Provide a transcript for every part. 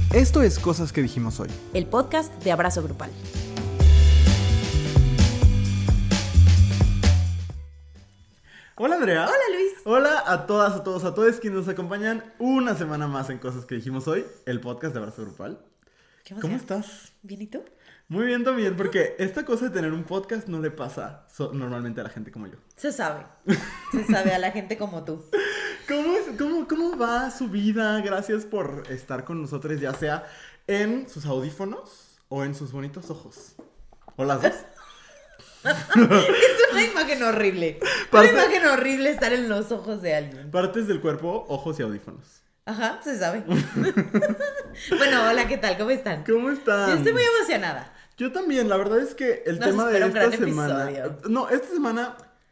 Esto es Cosas que dijimos hoy, el podcast de Abrazo Grupal. Hola Andrea. Hola Luis. Hola a todas, a todos, a todos quienes nos acompañan una semana más en Cosas que dijimos hoy, el podcast de Abrazo Grupal. ¿Cómo estás? ¿Bien y tú? Muy bien también, porque esta cosa de tener un podcast no le pasa normalmente a la gente como yo. Se sabe a la gente como tú. ¿Cómo va su vida? Gracias por estar con nosotros, ya sea en sus audífonos o en sus bonitos ojos. ¿O las dos? Es una imagen horrible. Una imagen horrible estar en los ojos de alguien. Partes del cuerpo, ojos y audífonos. Ajá, se sabe. Bueno, hola, ¿qué tal? ¿Cómo están? ¿Cómo están? Yo estoy muy emocionada. Yo también, la verdad es que el tema de esta semana... No, esta semana...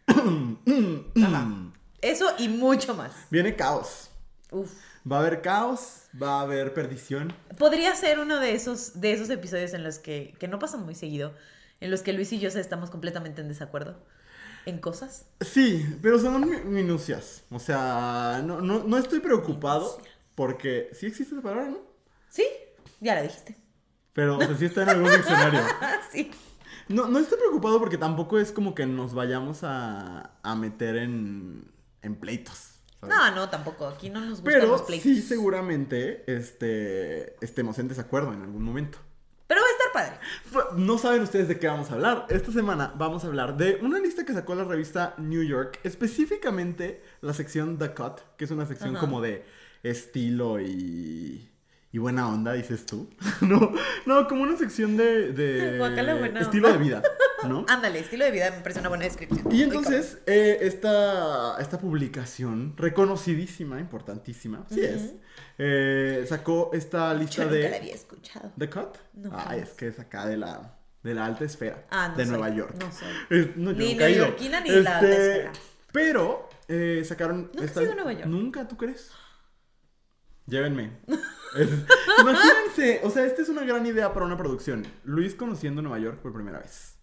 Ajá. Eso y mucho más. Viene caos. Uf. Va a haber caos, va a haber perdición. Podría ser uno de esos episodios en los que no pasan muy seguido, en los que Luis y yo estamos completamente en desacuerdo en cosas. Sí, pero son minucias. O sea, no estoy preocupado porque sí existe esa palabra, ¿no? Sí, ya la dijiste. Pero, o sea, sí está en algún diccionario. Sí. No estoy preocupado porque tampoco es como que nos vayamos a meter en pleitos, ¿sabes? No, tampoco. Aquí no nos gustan los pleitos. Sí, seguramente estemos en desacuerdo en algún momento. Pero va a estar padre. No saben ustedes de qué vamos a hablar. Esta semana vamos a hablar de una lista que sacó la revista New York, específicamente la sección The Cut, que es una sección como de estilo y buena onda, dices tú. No, como una sección de estilo de vida, ¿no? Ándale, estilo de vida me parece una buena descripción. Y entonces, esta publicación, reconocidísima, importantísima, sí es, sacó esta lista Yo de... nunca la había escuchado. ¿The Cut? No. Es que es acá de la alta esfera no de soy, Nueva York. No soy. No, yo ni nunca he ido. neoyorquina ni la alta esfera. Pero sacaron... ¿Nunca has ido a Nueva York? ¿Nunca? ¿Tú crees? Llévenme. Imagínense, o sea, esta es una gran idea para una producción. Luis conociendo Nueva York por primera vez.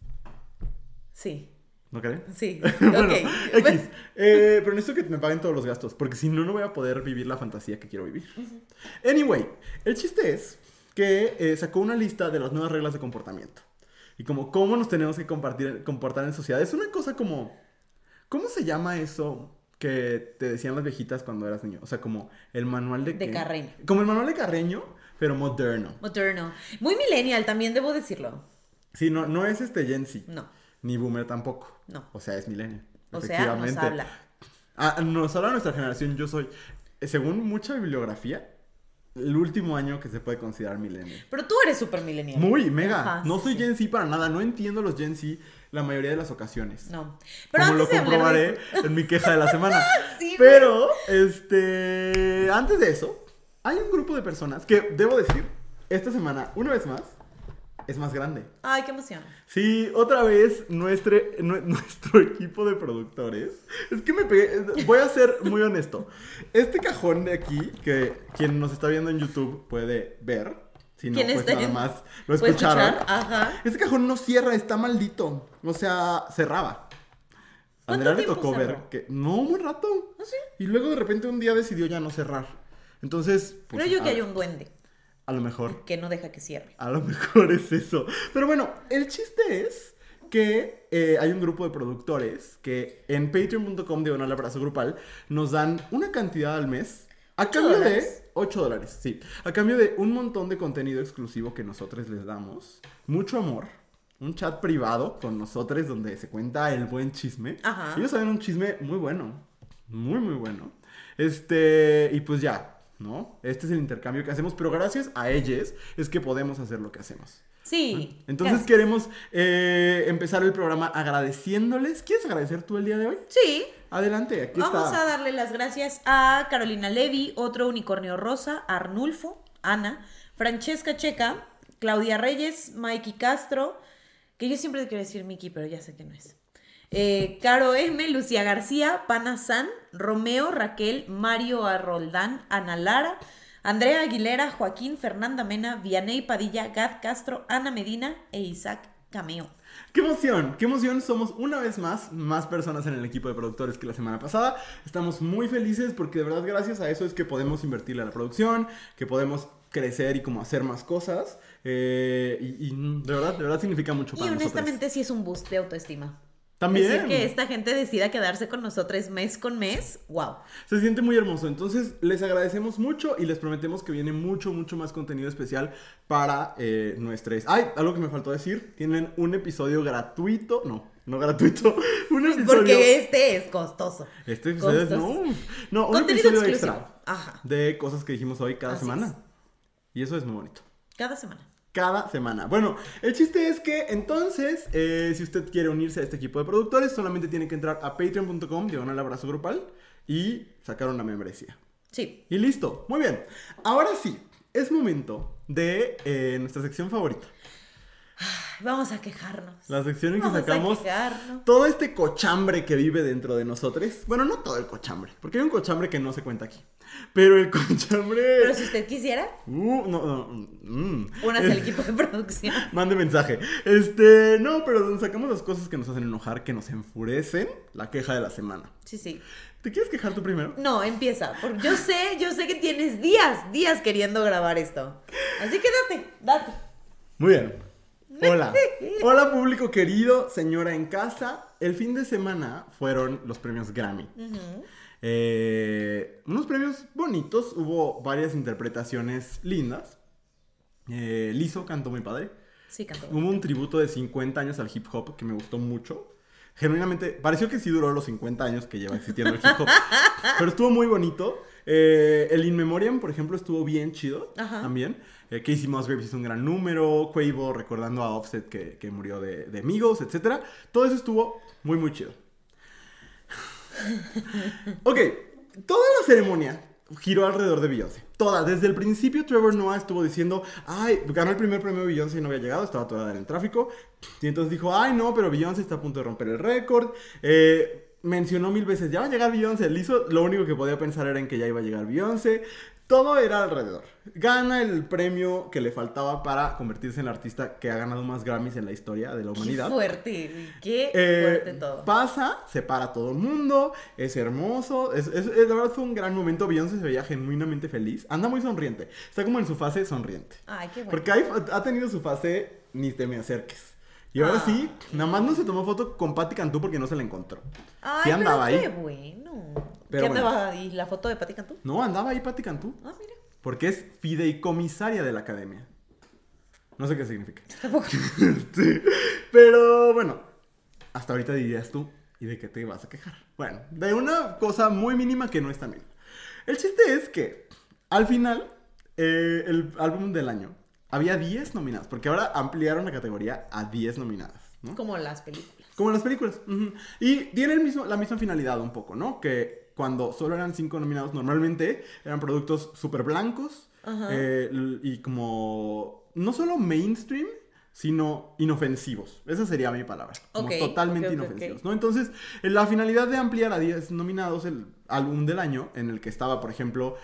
Sí. ¿No creen? Sí. Bueno, Ok. X. Pero necesito que me paguen todos los gastos, porque si no, no voy a poder vivir la fantasía que quiero vivir. Anyway, el chiste es que sacó una lista de las nuevas reglas de comportamiento. Y como cómo nos tenemos que comportar en sociedad. Es una cosa como... ¿Cómo se llama eso que te decían las viejitas cuando eras niño? O sea, como el manual de... De Carreño. Como el manual de Carreño, pero moderno. Moderno. Muy millennial, también debo decirlo. Sí, no es Gen Z. No. Ni boomer tampoco. No. O sea, es millennial. O sea, nos habla. Nos habla nuestra generación. Yo soy, según mucha bibliografía, el último año que se puede considerar millennial. Pero tú eres súper millennial. Muy, mega. Ajá, no sí, soy sí. Gen Z para nada. No entiendo los Gen Z la mayoría de las ocasiones. No. Pero como lo antes de comprobaré en mi queja de la semana. Sí, pero, antes de eso, hay un grupo de personas que, debo decir, esta semana, una vez más, es más grande. Ay, qué emoción. Sí, otra vez nuestro equipo de productores. Es que me pegué. Voy a ser muy honesto. Este cajón de aquí, que quien nos está viendo en YouTube puede ver. Si no, pues nada más lo escucharon. Ajá. Este cajón no cierra, está maldito. O sea, cerraba. A Andrea le tocó ver que... No, un buen rato. ¿Ah, sí? Y luego de repente un día decidió ya no cerrar. Entonces, pues... Creo yo que hay un duende a lo mejor. que no deja que cierre. A lo mejor es eso. Pero bueno, el chiste es que hay un grupo de productores que en patreon.com/abrazo grupal nos dan una cantidad al mes a cambio de $8, sí. A cambio de un montón de contenido exclusivo que nosotros les damos. Mucho amor. Un chat privado con nosotros donde se cuenta el buen chisme. Ajá. Ellos saben un chisme muy bueno. Muy, muy bueno. Y pues ya. ¿No? Este es el intercambio que hacemos, pero gracias a ellos es que podemos hacer lo que hacemos. Sí. ¿No? Entonces queremos empezar el programa agradeciéndoles. ¿Quieres agradecer tú el día de hoy? Sí. Adelante, aquí Vamos está. a darle las gracias a Carolina Levy, Otro Unicornio Rosa, Arnulfo, Ana, Francesca Checa, Claudia Reyes, Mikey Castro, que yo siempre quiero decir Miki, pero ya sé que no es. Caro M, Lucía García, Pana San, Romeo, Raquel, Mario Arroldán, Ana Lara, Andrea Aguilera, Joaquín, Fernanda Mena, Vianey Padilla, Gad Castro, Ana Medina e Isaac Cameo. ¡Qué emoción! ¡Qué emoción! Somos una vez más personas en el equipo de productores que la semana pasada. Estamos muy felices porque de verdad gracias a eso es que podemos invertirle a la producción, que podemos crecer y como hacer más cosas. Y de verdad significa mucho para Y nosotros. honestamente sí es un boost de autoestima. También. Decir que esta gente decida quedarse con nosotros mes con mes, wow. Se siente muy hermoso. Entonces, les agradecemos mucho y les prometemos que viene mucho más contenido especial para nuestras... ¡Ay! Algo que me faltó decir. Tienen un episodio gratuito. No gratuito. Un episodio... Porque este es costoso. Este episodio es... No, un Contenido episodio exclusivo. extra. Ajá. De cosas que dijimos hoy cada Así semana. es. Y eso es muy bonito. Cada semana. Cada semana. Bueno, el chiste es que entonces, si usted quiere unirse a este equipo de productores, solamente tiene que entrar a patreon.com/abrazo grupal y sacar una membresía. Sí. Y listo. Muy bien. Ahora sí, es momento de nuestra sección favorita. Vamos a quejarnos. La sección en que Vamos a sacamos quejarnos. todo este cochambre que vive dentro de nosotros. Bueno, no todo el cochambre, porque hay un cochambre que no se cuenta aquí. Pero el cochambre... Pero si usted quisiera, únase al equipo de producción. Mande mensaje. No, pero donde sacamos las cosas que nos hacen enojar, que nos enfurecen, la queja de la semana. Sí. ¿Te quieres quejar tú primero? No, empieza. Porque yo sé que tienes días queriendo grabar esto. Así que date. Muy bien. Hola público querido, señora en casa. El fin de semana fueron los premios Grammy. Unos premios bonitos, hubo varias interpretaciones lindas. Lizzo cantó muy padre. Sí, cantó. Hubo un tributo de 50 años al hip hop que me gustó mucho. Genuinamente, pareció que sí duró los 50 años que lleva existiendo el hip hop. Pero estuvo muy bonito. El In Memoriam, por ejemplo, estuvo bien chido. Ajá. También. Casey Musgraves hizo un gran número. Quavo recordando a Offset que murió de Migos, etc. Todo eso estuvo muy chido. Ok, toda la ceremonia giró alrededor de Beyoncé. Toda, desde el principio Trevor Noah estuvo diciendo, ay, ganó el primer premio Beyoncé y no había llegado, estaba toda en el tráfico. Y entonces dijo, ay no, pero Beyoncé está a punto de romper el récord. Mencionó 1000 veces, ya va a llegar Beyoncé. Lizzo, lo único que podía pensar era en que ya iba a llegar Beyoncé. Todo era alrededor. Gana el premio que le faltaba para convertirse en la artista que ha ganado más Grammys en la historia de la humanidad. Qué fuerte todo. Pasa, separa a todo el mundo, es hermoso, la verdad fue un gran momento. Beyoncé se veía genuinamente feliz, anda muy sonriente, está como en su fase sonriente. Ay, qué bueno. Porque ha tenido su fase ni te me acerques. Y ahora sí, nada más no se tomó foto con Patti Cantú porque no se la encontró. Ay, sí andaba pero ahí. qué bueno. Pero ¿Qué bueno. andaba ahí? ¿La foto de Patti Cantú? No, andaba ahí Patti Cantú. Ah, mira. Porque es fideicomisaria de la academia. No sé qué significa. Tampoco. Sí. Pero bueno, hasta ahorita dirías tú, ¿y de qué te vas a quejar? Bueno, de una cosa muy mínima que no es tan mínima. El chiste es que al final, el álbum del año, había 10 nominadas, porque ahora ampliaron la categoría a 10 nominadas, ¿no? Como las películas. Como en las películas. Y tiene la misma finalidad un poco, ¿no? Que cuando solo eran 5 nominados, normalmente eran productos súper blancos. Y como no solo mainstream, sino inofensivos. Esa sería mi palabra. Como totalmente inofensivos, ¿no? Entonces, la finalidad de ampliar a 10 nominados el álbum del año, en el que estaba, por ejemplo,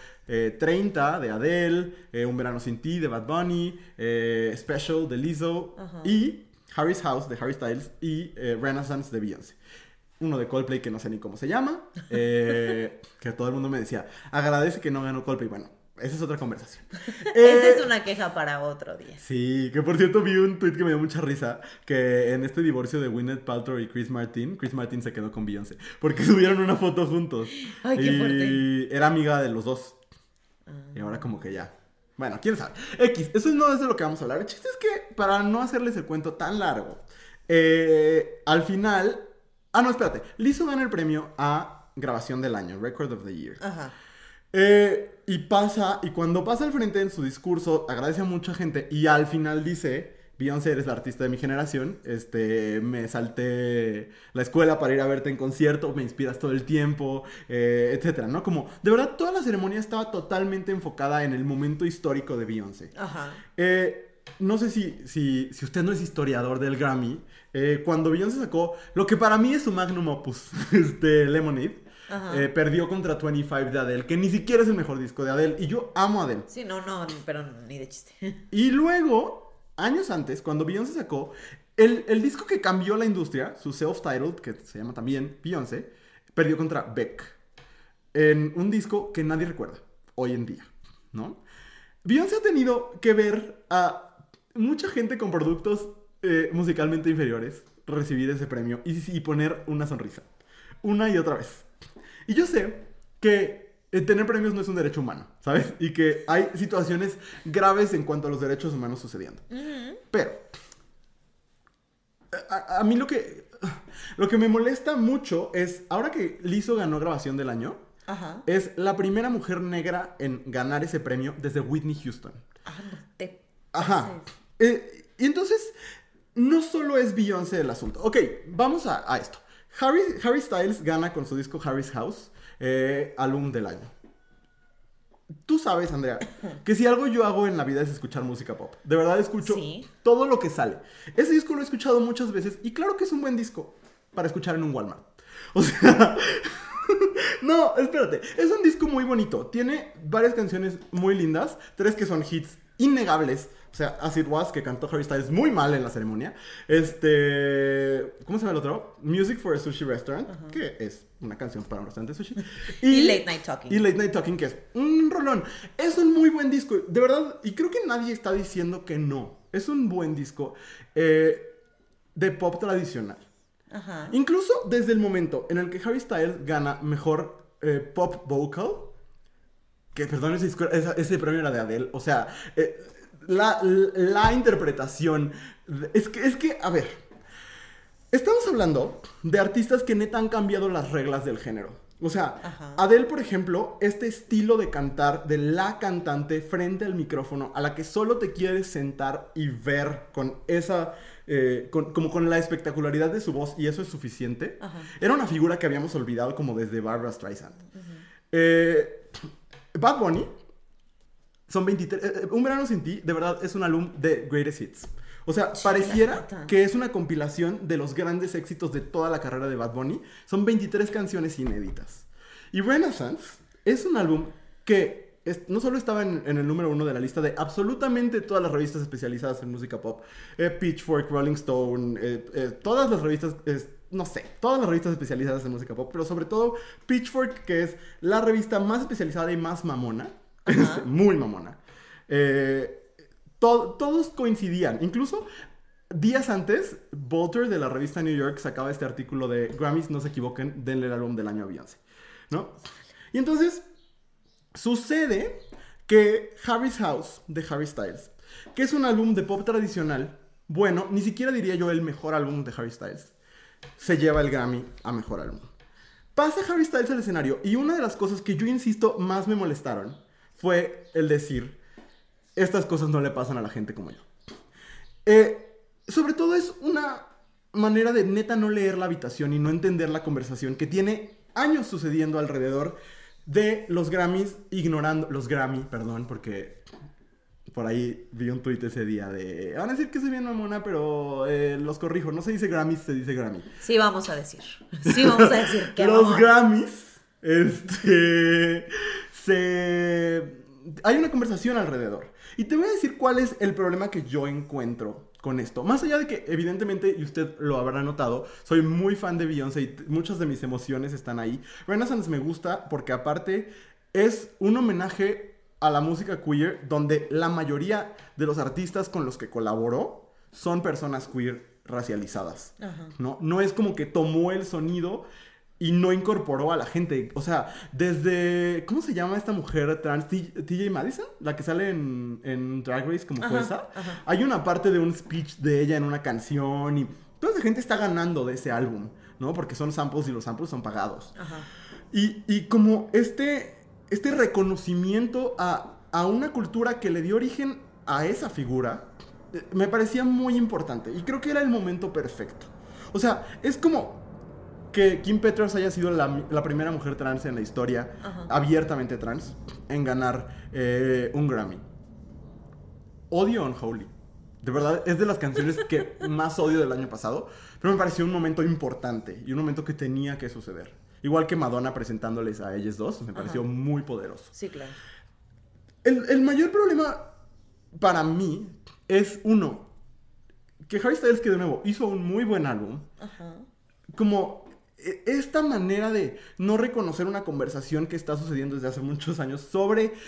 30 de Adele, Un verano sin ti de Bad Bunny, Special de Lizzo y Harry's House de Harry Styles y Renaissance de Beyoncé. Uno de Coldplay que no sé ni cómo se llama, que todo el mundo me decía, agradece que no ganó Coldplay. Bueno, esa es otra conversación. Esa es una queja para otro día. Sí, que por cierto vi un tweet que me dio mucha risa, que en este divorcio de Gwyneth Paltrow y Chris Martin se quedó con Beyoncé, porque subieron una foto juntos. Ay, qué fuerte. Y era amiga de los dos. Y ahora como que ya. Bueno, quién sabe. X, eso no es de lo que vamos a hablar. El chiste es que, para no hacerles el cuento tan largo, al final... Ah, no, espérate. Lizzo gana el premio a grabación del año, Record of the Year. Ajá. Y cuando pasa al frente en su discurso, agradece a mucha gente y al final dice, Beyoncé, eres la artista de mi generación, me salté la escuela para ir a verte en concierto, me inspiras todo el tiempo, etcétera, ¿no? Como, de verdad, toda la ceremonia estaba totalmente enfocada en el momento histórico de Beyoncé. Ajá. No sé si usted no es historiador del Grammy, cuando Beyoncé sacó lo que para mí es su magnum opus, Lemonade, perdió contra 25 de Adele, que ni siquiera es el mejor disco de Adele, y yo amo a Adele. Sí, no, pero ni de chiste. Y luego, años antes, cuando Beyoncé sacó el disco que cambió la industria, su self-titled, que se llama también Beyoncé, perdió contra Beck, en un disco que nadie recuerda hoy en día, ¿no? Beyoncé ha tenido que ver a mucha gente con productos musicalmente inferiores recibir ese premio y poner una sonrisa. Una y otra vez. Y yo sé que tener premios no es un derecho humano, ¿sabes? Y que hay situaciones graves en cuanto a los derechos humanos sucediendo. Pero a mí lo que me molesta mucho es, ahora que Lizzo ganó grabación del año, Ajá. es la primera mujer negra en ganar ese premio desde Whitney Houston. No te Ajá. pases. Y entonces, no solo es Beyoncé el asunto. Ok, vamos a esto. Harry Styles gana con su disco Harry's House, álbum del año. Tú sabes, Andrea, que si algo yo hago en la vida es escuchar música pop. De verdad escucho todo lo que sale. Ese disco lo he escuchado muchas veces y claro que es un buen disco para escuchar en un Walmart. O sea... No, espérate. Es un disco muy bonito. Tiene varias canciones muy lindas. 3 que son hits innegables. O sea, As It Was, que cantó Harry Styles muy mal en la ceremonia. ¿Cómo se llama el otro? Music for a Sushi Restaurant, que es una canción para un restaurante de sushi. Y Late Night Talking. Y Late Night Talking, que es un rolón. Es un muy buen disco, de verdad. Y creo que nadie está diciendo que no. Es un buen disco de pop tradicional. Ajá. Incluso desde el momento en el que Harry Styles gana mejor pop vocal, que perdón, ese premio era de Adele, o sea, la interpretación, es que, a ver, estamos hablando de artistas que neta han cambiado las reglas del género. O sea, Adele, por ejemplo, este estilo de cantar de la cantante frente al micrófono, a la que solo te quieres sentar y ver con esa... como con la espectacularidad de su voz, y eso es suficiente. Era una figura que habíamos olvidado como desde Barbra Streisand. Bad Bunny son 23... Un verano sin ti, de verdad, es un álbum de greatest hits. O sea, pareciera que es una compilación de los grandes éxitos de toda la carrera de Bad Bunny. Son 23 canciones inéditas. Y Renaissance es un álbum que no solo estaba en el número 1 de la lista de absolutamente todas las revistas especializadas en música pop. Pitchfork, Rolling Stone, todas las revistas... no sé, todas las revistas especializadas en música pop, pero sobre todo Pitchfork, que es la revista más especializada y más mamona. Muy mamona. Todos coincidían. Incluso días antes, Voltaire de la revista New York sacaba este artículo de Grammys, no se equivoquen, denle el álbum del año a Beyoncé, ¿no? Y entonces sucede que Harry's House de Harry Styles, que es un álbum de pop tradicional, bueno, ni siquiera diría yo el mejor álbum de Harry Styles, se lleva el Grammy a mejor álbum. Pasa Harry Styles al escenario y una de las cosas que yo insisto más me molestaron fue el decir: estas cosas no le pasan a la gente como yo. Sobre todo es una manera de neta no leer la habitación y no entender la conversación que tiene años sucediendo alrededor de los Grammys, ignorando... Los Grammy, perdón, porque por ahí vi un tuit ese día de... Van a decir que soy bien mamona, pero los corrijo. No se dice Grammys, se dice Grammy. Sí, vamos a decir. Sí, vamos a decir que los Grammys, hay una conversación alrededor. Y te voy a decir cuál es el problema que yo encuentro con esto. Más allá de que, evidentemente, y usted lo habrá notado, soy muy fan de Beyoncé y muchas de mis emociones están ahí. Renaissance me gusta porque, aparte, es un homenaje a la música queer, donde la mayoría de los artistas con los que colaboró son personas queer racializadas. No es como que tomó el sonido y no incorporó a la gente. O sea, desde... ¿Cómo se llama esta mujer trans? TJ Madison, la que sale en Drag Race como jueza. Hay una parte de un speech de ella en una canción y toda esa gente está ganando de ese álbum, ¿no? Porque son samples y los samples son pagados. Y como este reconocimiento a una cultura que le dio origen a esa figura, me parecía muy importante. Y creo que era el momento perfecto. O sea, es como que Kim Petras haya sido la primera mujer trans en la historia, abiertamente trans, en ganar un Grammy. Odio Unholy. De verdad, es de las canciones que más odio del año pasado, pero me pareció un momento importante y un momento que tenía que suceder. Igual que Madonna presentándoles a ellas dos, me pareció muy poderoso. Sí, claro. El mayor problema para mí es, uno, que Harry Styles, que de nuevo hizo un muy buen álbum, como esta manera de no reconocer una conversación que está sucediendo desde hace muchos años sobre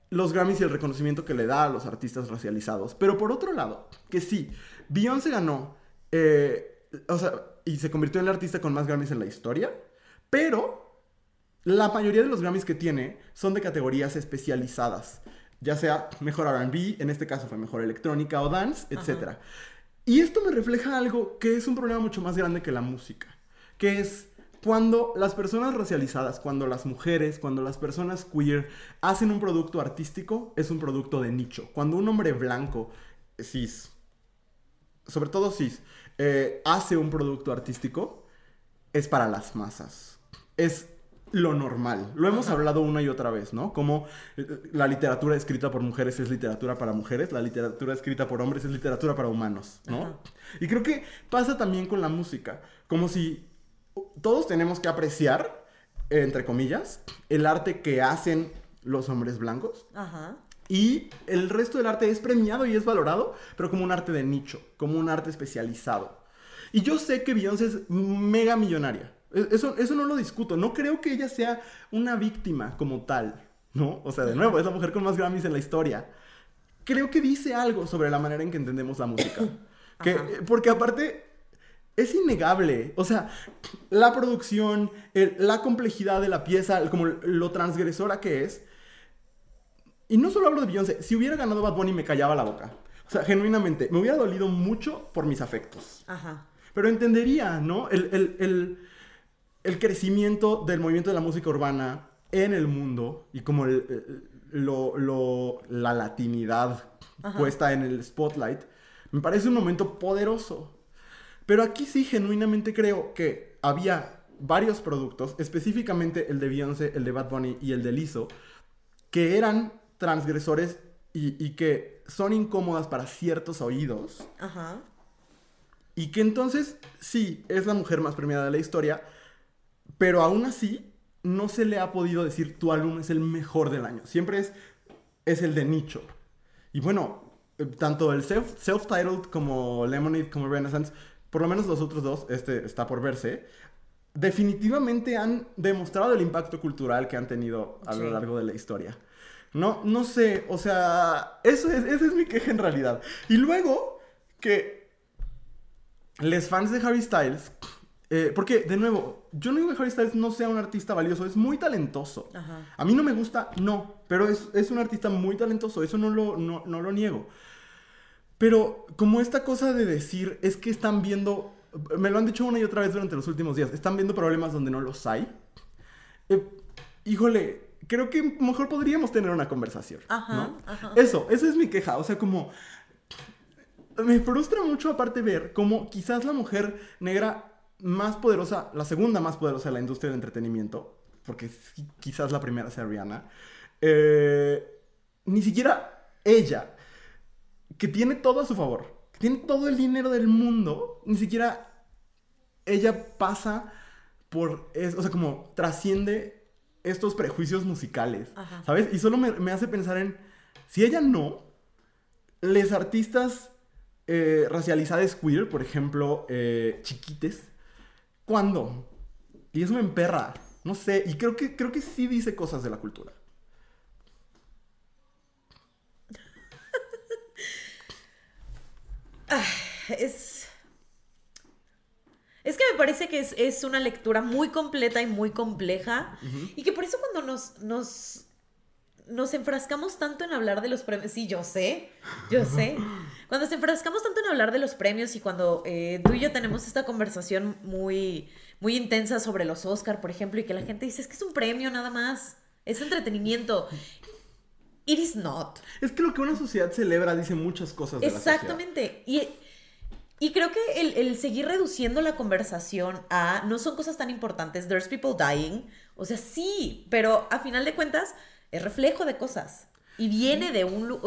los Grammys y el reconocimiento que le da a los artistas racializados. Pero por otro lado, que sí, Beyoncé ganó, o sea, y se convirtió en la artista con más Grammys en la historia, pero la mayoría de los Grammys que tiene son de categorías especializadas, ya sea mejor R&B, en este caso fue mejor electrónica o dance, etc. Ajá. Y esto me refleja algo que es un problema mucho más grande que la música, que es cuando las personas racializadas, cuando las mujeres, cuando las personas queer hacen un producto artístico, es un producto de nicho. Cuando un hombre blanco, cis, sobre todo cis, hace un producto artístico, es para las masas. Es lo normal. Lo hemos hablado una y otra vez, ¿no? Como la literatura escrita por mujeres es literatura para mujeres, la literatura escrita por hombres es literatura para humanos, ¿no? Ajá. Y creo que pasa también con la música. Como si todos tenemos que apreciar, entre comillas, el arte que hacen los hombres blancos. Ajá. Y el resto del arte es premiado y es valorado, pero como un arte de nicho, como un arte especializado. Y yo sé que Beyoncé es mega millonaria. Eso no lo discuto. No creo que ella sea una víctima como tal, ¿no? O sea, de nuevo, es la mujer con más Grammys en la historia. Creo que dice algo sobre la manera en que entendemos la música. Porque aparte, es innegable. O sea, la producción, la complejidad de la pieza, como lo transgresora que es. Y no solo hablo de Beyoncé. Si hubiera ganado Bad Bunny, me callaba la boca. O sea, genuinamente, me hubiera dolido mucho por mis afectos. Ajá. Pero entendería, ¿no? El crecimiento del movimiento de la música urbana en el mundo y como la latinidad puesta en el spotlight, me parece un momento poderoso. Pero aquí sí genuinamente creo que había varios productos, específicamente el de Beyoncé, el de Bad Bunny y el de Lizzo, que eran transgresores y que son incómodas para ciertos oídos. Ajá. Y que entonces, sí, es la mujer más premiada de la historia, pero aún así no se le ha podido decir tu álbum es el mejor del año. Siempre es el de nicho. Y bueno, tanto el self-titled como Lemonade como Renaissance, por lo menos los otros dos, este está por verse, definitivamente han demostrado el impacto cultural que han tenido a lo largo de la historia. No sé, o sea, esa es mi queja en realidad. Y luego que les fans de Harry Styles, porque de nuevo, yo no digo que Harry Styles no sea un artista valioso, es muy talentoso. Ajá. A mí no me gusta, no, pero es un artista muy talentoso, eso no lo niego. Pero como esta cosa de decir, es que están viendo, me lo han dicho una y otra vez durante los últimos días, están viendo problemas donde no los hay. Híjole, creo que mejor podríamos tener una conversación, ajá, ¿no? Ajá. Eso es mi queja, o sea, como me frustra mucho aparte ver cómo quizás la mujer negra más poderosa, la segunda más poderosa de la industria del entretenimiento, porque quizás la primera sea Rihanna, ni siquiera ella, que tiene todo a su favor, que tiene todo el dinero del mundo, ni siquiera ella pasa por, o sea, como trasciende estos prejuicios musicales, ajá, ¿sabes? Y solo me hace pensar en, si ella no, les artistas racializadas queer, por ejemplo, chiquites, ¿cuándo? Y eso me emperra, no sé, y creo que sí dice cosas de la cultura. Es que me parece que es una lectura muy completa y muy compleja, uh-huh, y que por eso cuando nos enfrascamos tanto en hablar de los premios, sí, yo sé, cuando nos enfrascamos tanto en hablar de los premios y cuando tú y yo tenemos esta conversación muy, muy intensa sobre los Oscar, por ejemplo, y que la gente dice, es que es un premio nada más, es entretenimiento. It is not. Es que lo que una sociedad celebra dice muchas cosas de la sociedad. Exactamente. Y creo que el seguir reduciendo la conversación a no son cosas tan importantes, there's people dying, o sea, sí, pero a final de cuentas es reflejo de cosas y viene de un...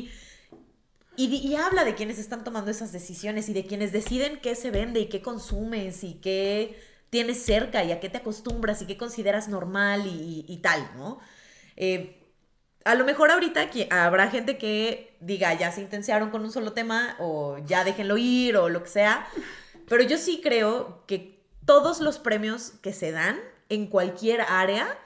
Y habla de quienes están tomando esas decisiones y de quienes deciden qué se vende y qué consumes y qué tienes cerca y a qué te acostumbras y qué consideras normal y tal, ¿no? A lo mejor ahorita habrá gente que diga, ya se intensiaron con un solo tema o ya déjenlo ir o lo que sea, pero yo sí creo que todos los premios que se dan en cualquier área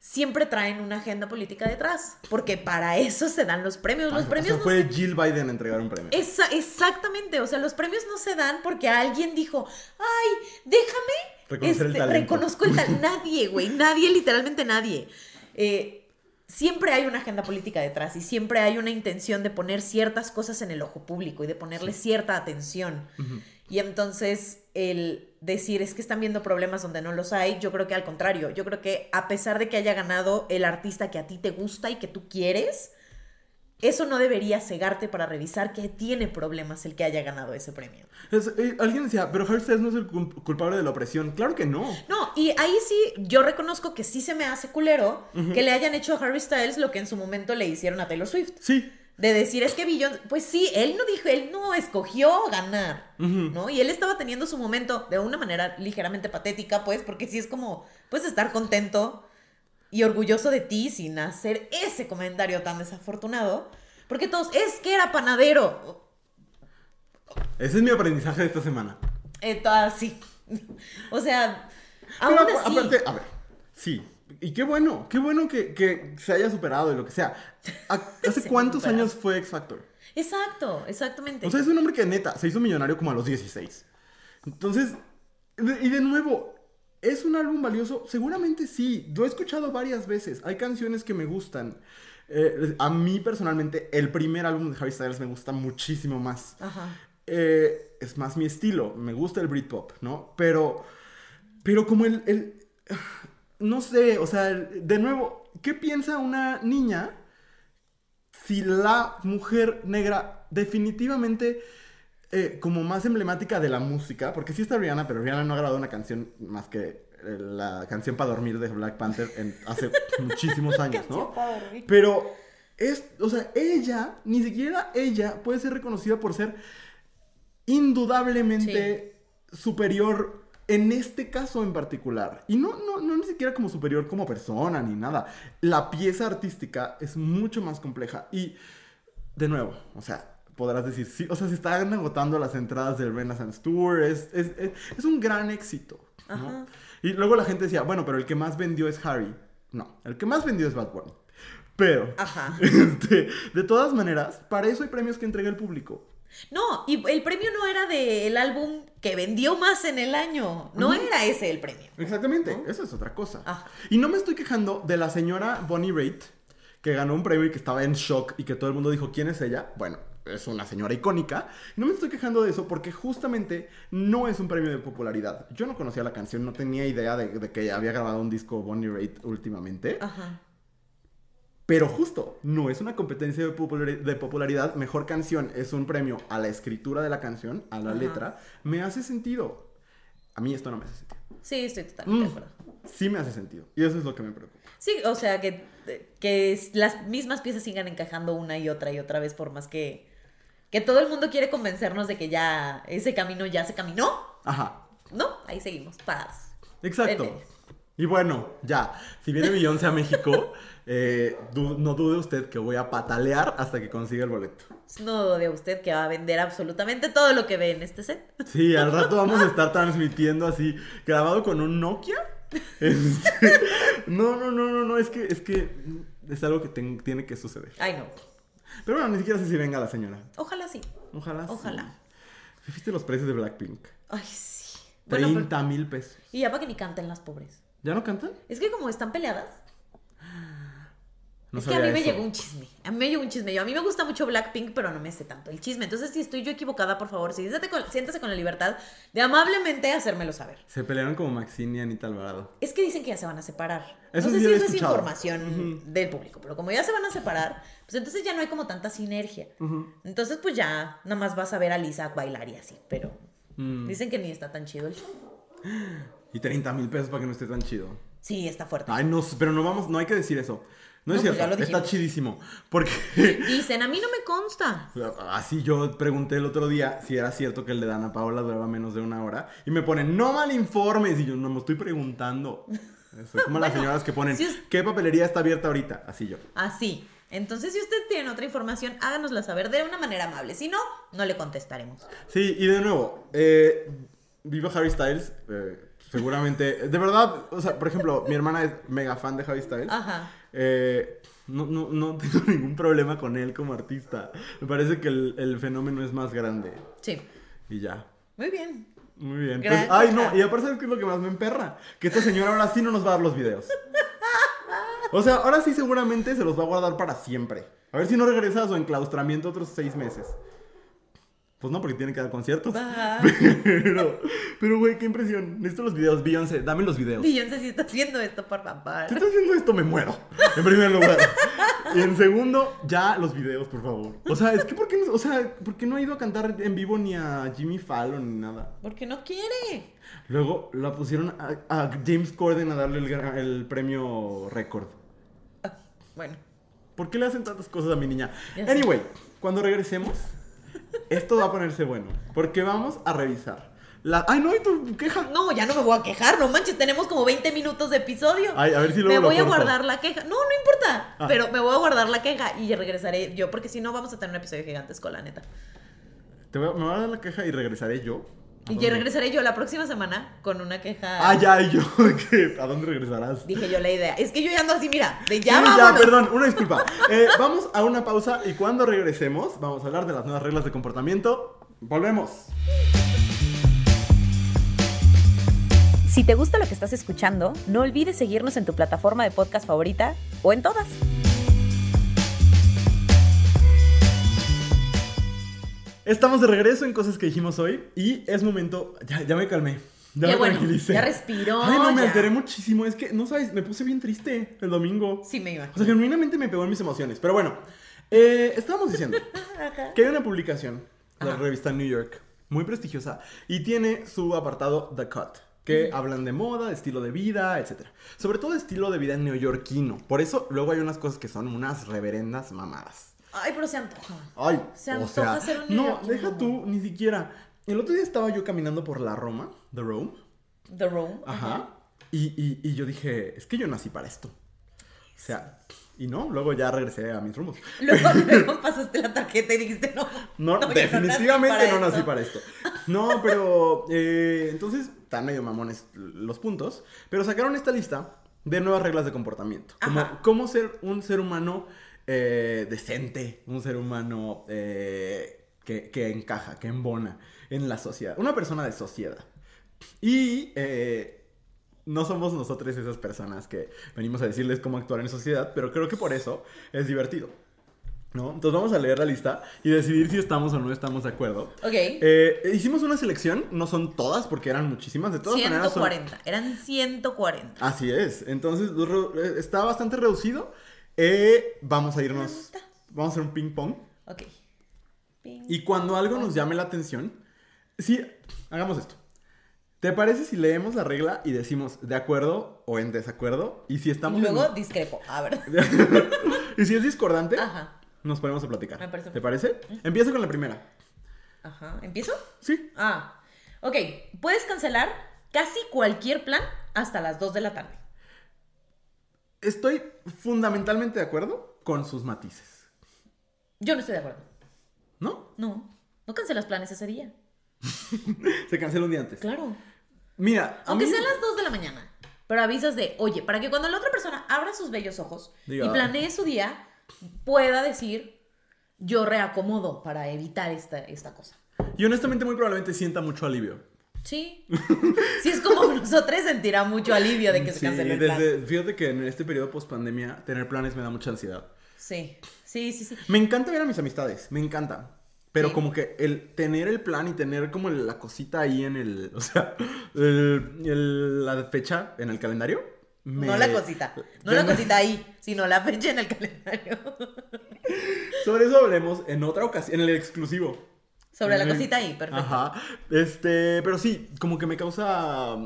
siempre traen una agenda política detrás, porque para eso se dan los premios. Los premios o sea, fue Jill Biden a entregar un premio. Exactamente, o sea, los premios no se dan porque alguien dijo, ay, déjame reconocer el talento. Reconozco el talento. Nadie, güey, nadie, literalmente nadie. Siempre hay una agenda política detrás y siempre hay una intención de poner ciertas cosas en el ojo público y de ponerle cierta atención. Uh-huh. Y entonces el decir es que están viendo problemas donde no los hay, yo creo que al contrario, yo creo que a pesar de que haya ganado el artista que a ti te gusta y que tú quieres, eso no debería cegarte para revisar que tiene problemas el que haya ganado ese premio. Alguien decía, pero Harry Styles no es el culpable de la opresión. Claro que no. No, y ahí sí, yo reconozco que sí se me hace culero que le hayan hecho a Harry Styles lo que en su momento le hicieron a Taylor Swift. Sí. De decir, es que Beyoncé, pues sí, él no escogió ganar, ¿no? Y él estaba teniendo su momento de una manera ligeramente patética, pues, porque sí es como, puedes estar contento y orgulloso de ti sin hacer ese comentario tan desafortunado, porque todos, es que era panadero. Ese es mi aprendizaje de esta semana. Sí. O sea, aún así. Aparte, a ver, sí. Y qué bueno que se haya superado y lo que sea. ¿Hace cuántos años fue X Factor? Exacto, exactamente. O sea, es un hombre que neta se hizo millonario como a los 16. Entonces, y de nuevo, ¿es un álbum valioso? Seguramente sí. Lo he escuchado varias veces. Hay canciones que me gustan. A mí personalmente, el primer álbum de Harry Styles me gusta muchísimo más. Ajá. Es más mi estilo. Me gusta el Britpop, ¿no? Pero como no sé, o sea, de nuevo, ¿qué piensa una niña si la mujer negra definiamente como más emblemática de la música? Porque sí está Rihanna, pero Rihanna no ha grabado una canción más que la canción para dormir de Black Panther hace muchísimos años, ¿no? Pero o sea, ella, ni siquiera ella puede ser reconocida por ser indudablemente superior en este caso en particular. Y no ni siquiera como superior como persona ni nada. La pieza artística es mucho más compleja. Y, de nuevo, o sea, podrás decir, sí, o sea, se están agotando las entradas del Renaissance Tour. Es un gran éxito, ¿no? Ajá. Y luego la gente decía, bueno, pero el que más vendió es Harry. No, el que más vendió es Bad Bunny. Pero, ajá. De todas maneras, para eso hay premios que entrega el público. No, y el premio no era del álbum que vendió más en el año. No era ese el premio. Exactamente, ¿no? Eso es otra cosa. Y no me estoy quejando de la señora Bonnie Raitt, que ganó un premio y que estaba en shock y que todo el mundo dijo, ¿quién es ella? Bueno, es una señora icónica. Y no me estoy quejando de eso porque justamente no es un premio de popularidad. Yo no conocía la canción, no tenía idea de que había grabado un disco Bonnie Raitt últimamente. Ajá. Pero justo, no es una competencia de popularidad. Mejor canción es un premio a la escritura de la canción, a la letra. Me hace sentido. A mí esto no me hace sentido. Sí, estoy totalmente de acuerdo. Sí me hace sentido. Y eso es lo que me preocupa. Sí, o sea, que las mismas piezas sigan encajando una y otra vez, por más que todo el mundo quiere convencernos de que ya ese camino ya se caminó. Ajá. No, ahí seguimos, parados. Exacto. Y bueno, ya, si viene Beyoncé a México, no dude usted que voy a patalear hasta que consiga el boleto. No dude usted que va a vender absolutamente todo lo que ve en este set. Sí, al rato vamos a estar transmitiendo así, grabado con un Nokia. No, es que es algo que tiene que suceder. Ay, no. Pero bueno, ni siquiera sé si venga la señora. Ojalá sí. Ojalá. ¿Viste los precios de Blackpink? Ay, sí. 30,000 pesos. Y ya para que ni canten las pobres. ¿Ya no cantan? Es que como están peleadas. No es que a mí me eso. llegó un chisme. A mí me gusta mucho Blackpink, pero no me sé tanto el chisme. Entonces, si estoy yo equivocada, por favor, siéntase con la libertad de amablemente hacérmelo saber. Se pelearon como Maxine y Anita Alvarado. Es que dicen que ya se van a separar. Eso no sé sí si eso es escuchado. información del público, pero como ya se van a separar, pues entonces ya no hay como tanta sinergia. Entonces, pues ya nada más vas a ver a Lisa bailar y así, pero dicen que ni está tan chido el show. Y 30,000 pesos para que no esté tan chido. Sí, está fuerte. Ay, no, pero no hay que decir eso. No es pues cierto, está chidísimo. Porque dicen, a mí no me consta. Así yo pregunté el otro día si era cierto que el de Dana Paola duraba menos de 1 hora. Y me ponen, no malinformes. Y yo, no me estoy preguntando. Soy como las señoras que ponen, ¿qué papelería está abierta ahorita? Así yo. Así. Entonces, si usted tiene otra información, háganosla saber de una manera amable. Si no, no le contestaremos. Sí, y de nuevo, viva Harry Styles. seguramente, de verdad, o sea, por ejemplo, mi hermana es mega fan de Harry Styles. Ajá. No tengo ningún problema con él como artista. Me parece que el fenómeno es más grande. Sí. Y ya. Muy bien. Muy bien. Gran Ay, queja. no, y aparte, ¿sabes qué es lo que más me emperra? Que esta señora ahora sí no nos va a dar los videos. O sea, ahora sí seguramente se los va a guardar para siempre. A ver si no regresa a su enclaustramiento otros 6 meses. Pues no, porque tiene que dar conciertos. Va. Pero, güey, qué impresión. Necesito los videos. Beyoncé, dame los videos. Beyoncé, si está haciendo esto, por favor. Si estás haciendo esto, me muero. En primer lugar. Y en segundo, ya los videos, por favor. O sea, es que ¿por qué no ha ido a cantar en vivo ni a Jimmy Fallon ni nada? Porque no quiere. Luego la pusieron a James Corden a darle el premio récord. Bueno. ¿Por qué le hacen tantas cosas a mi niña? Ya sé. Anyway, cuando regresemos, esto va a ponerse bueno. Porque vamos a revisar. Ay, no, ¿y tu queja? No, ya no me voy a quejar, no manches, tenemos como 20 minutos de episodio. Ay, a ver si luego me lo voy a corto. guardar la queja. No, no importa. Ah. Pero me voy a guardar la queja y regresaré yo, porque si no vamos a tener un episodio gigantesco, la neta. Me voy a dar la queja y regresaré yo. ¿A Y dónde? yo regresaré yo la próxima semana con una queja. Ah, ya, y yo. ¿A dónde regresarás? Dije yo la idea. Es que yo ya ando así, mira, de Sí, ya vámonos. perdón, una disculpa. Vamos a una pausa y cuando regresemos vamos a hablar de las nuevas reglas de comportamiento. Volvemos. Si te gusta lo que estás escuchando, no olvides seguirnos en tu plataforma de podcast favorita o en todas. Estamos de regreso en cosas que dijimos hoy y es momento. Ya me calmé. Ya Qué me bueno, tranquilicé. ya respiró, Ay, no, me ya. alteré muchísimo. Es que, no sabes, me puse bien triste el domingo. Sí, me O imagino. sea, genuinamente me pegó en mis emociones. Pero bueno, estábamos diciendo que hay una publicación de la Ajá. revista New York, muy prestigiosa, y tiene su apartado The Cut, que hablan de moda, de estilo de vida, etc. Sobre todo estilo de vida neoyorquino. Por eso luego hay unas cosas que son unas reverendas mamadas. Ay, pero se antoja. Ay, Se o antoja sea, ser un no, neoyorquino, deja amor. tú, ni siquiera. El otro día estaba yo caminando por la Roma, The Rome, The Room. ajá, y yo dije, es que yo nací para esto. O sea, y no, luego ya regresé a mis rumbos. Luego pasaste la tarjeta y dijiste no. No, yo definitivamente no nací esto. para esto. No, pero entonces están medio mamones los puntos, pero sacaron esta lista de nuevas reglas de comportamiento. Como Ajá. cómo ser un ser humano decente, un ser humano que encaja, que embona en la sociedad. Una persona de sociedad. Y no somos nosotros esas personas que venimos a decirles cómo actuar en sociedad, pero creo que por eso es divertido, ¿no? Entonces vamos a leer la lista y decidir si estamos o no estamos de acuerdo. Ok. Hicimos una selección, no son todas porque eran muchísimas, de todas maneras son... 140. Eran 140. Así es, entonces está bastante reducido. Vamos a irnos, vamos a hacer un ping pong. Ok. Ping. Y cuando algo nos llame la atención, sí, hagamos esto. ¿Te parece si leemos la regla y decimos de acuerdo o en desacuerdo? Y si estamos Y luego discrepo. A ver. y si es discordante, Ajá. nos ponemos a platicar. Me parece ¿Te parece? Empieza con la primera. Ajá. ¿Empiezo? Sí. Ah. Ok. Puedes cancelar casi cualquier plan hasta las 2 de la tarde. Estoy fundamentalmente de acuerdo con sus matices. Yo no estoy de acuerdo. ¿No? No. No cancelas planes ese día. Se cancela un día antes. Claro. Mira, a Aunque mí... sean las 2 de la mañana. Pero avisas de, oye, para que cuando la otra persona abra sus bellos ojos Diga. y planee su día, pueda decir, yo reacomodo para evitar esta cosa. Y honestamente muy probablemente sienta mucho alivio. Sí. Si es como nosotros, sentirá mucho alivio de que se Sí, cancele el plan. fíjate que en este periodo post pandemia tener planes me da mucha ansiedad. Sí. Sí, sí, sí. Me encanta ver a mis amistades, me encanta. Pero Sí. como que el tener el plan y tener como la cosita ahí en el... O sea, la fecha en el calendario. No la cosita. No la cosita ahí, sino la fecha en el calendario. Sobre eso hablemos en otra ocasión, en el exclusivo. Sobre la cosita ahí, perfecto. Ajá. Pero sí, como que me causa...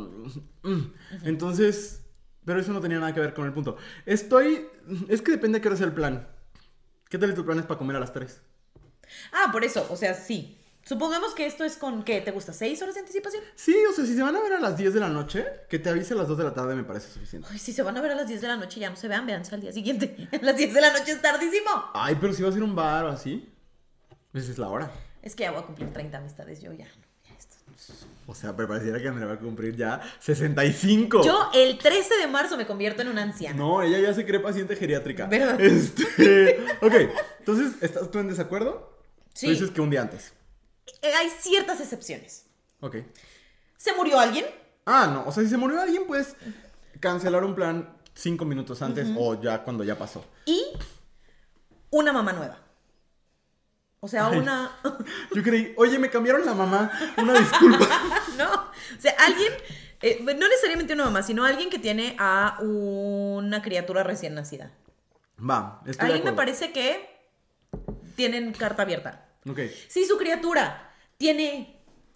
Entonces... Pero eso no tenía nada que ver con el punto. Es que depende de qué hora sea el plan. ¿Qué tal tu plan es para comer a las 3? Ah, por eso, o sea, sí. Supongamos que esto es con, ¿qué? ¿Te gusta? ¿6 horas de anticipación? Sí, o sea, si se van a ver a las 10 de la noche, que te avise a las 2 de la tarde me parece suficiente. Ay, si se van a ver a las 10 de la noche, ya no se vean, véanse al día siguiente. A las 10 de la noche es tardísimo. Ay, pero si vas a ir a un bar o así, esa es la hora. Es que ya voy a cumplir 30 amistades yo, ya. Ya esto. años. O sea, pero pareciera que Andrea va a cumplir ya 65. Yo el 13 de marzo me convierto en una anciana. No, ella ya se cree paciente geriátrica. ¿Verdad? Ok, entonces, ¿estás tú en desacuerdo? Sí. Tú dices que un día antes. Hay ciertas excepciones. Ok. ¿Se murió alguien? Ah, no, o sea, si se murió alguien, puedes cancelar un plan 5 minutos antes o ya cuando ya pasó. Y una mamá nueva. O sea, Ay. una... Yo creí, oye, me cambiaron la mamá, una disculpa. No, o sea, alguien, no necesariamente una mamá, sino alguien que tiene a una criatura recién nacida. Va, estoy de Ahí me acuerdo. parece que tienen carta abierta. Ok. Si su criatura tiene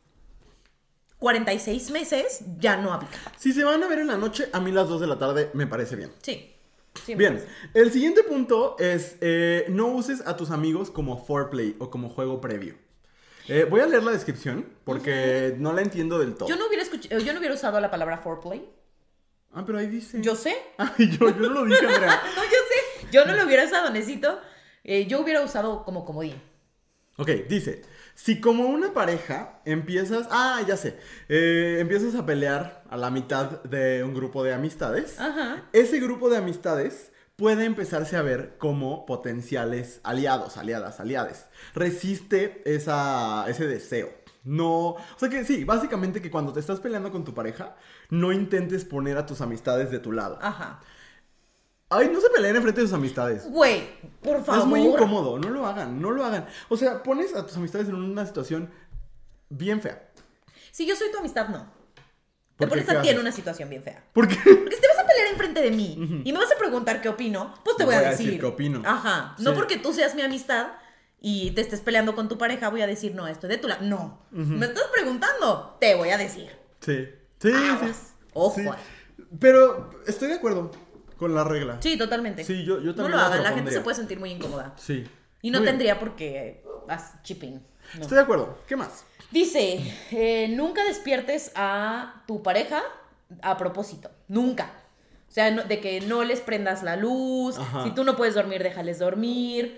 46 meses, ya no aplica. Si se van a ver en la noche, a mí las 2 de la tarde me parece bien. Sí. Sí, Bien, el siguiente punto es no uses a tus amigos como foreplay o como juego previo. Voy a leer la descripción porque no la entiendo del todo. Yo no hubiera usado la palabra foreplay. Ah, pero ahí dice. Yo sé. Ay, yo no lo dije, Andrea. No, yo sé. Yo no lo hubiera usado, necesito. Yo hubiera usado como comodín. Ok, dice, si como una pareja empiezas, ya sé, empiezas a pelear a la mitad de un grupo de amistades, Ajá. ese grupo de amistades puede empezarse a ver como potenciales aliados, aliadas, aliades. Resiste ese deseo. No, o sea que sí, básicamente que cuando te estás peleando con tu pareja, no intentes poner a tus amistades de tu lado. Ajá. Ay, no se peleen enfrente de sus amistades. Güey, por favor. Es muy incómodo, no lo hagan, no lo hagan. O sea, pones a tus amistades en una situación bien fea. Si yo soy tu amistad, no. ¿Por Te qué? pones ¿Qué a ti en haces? una situación bien fea. ¿Por qué? Porque si te vas a pelear enfrente de mí y me vas a preguntar qué opino, pues te voy a decir qué opino. Ajá. No Sí. porque tú seas mi amistad y te estés peleando con tu pareja, voy a decir, no, estoy de tu lado. No. Me estás preguntando, te voy a decir. Sí, sí, Aguas. sí. Ojo. Sí. Pero estoy de acuerdo con la regla. Sí, totalmente. Sí, yo también No lo la hagan, la gente propondría. se puede sentir muy incómoda. Sí. Y no Muy bien. tendría por qué chipping. No. Estoy de acuerdo. ¿Qué más? Dice, nunca despiertes a tu pareja a propósito. Nunca. O sea, de que no les prendas la luz. Ajá. Si tú no puedes dormir, déjales dormir.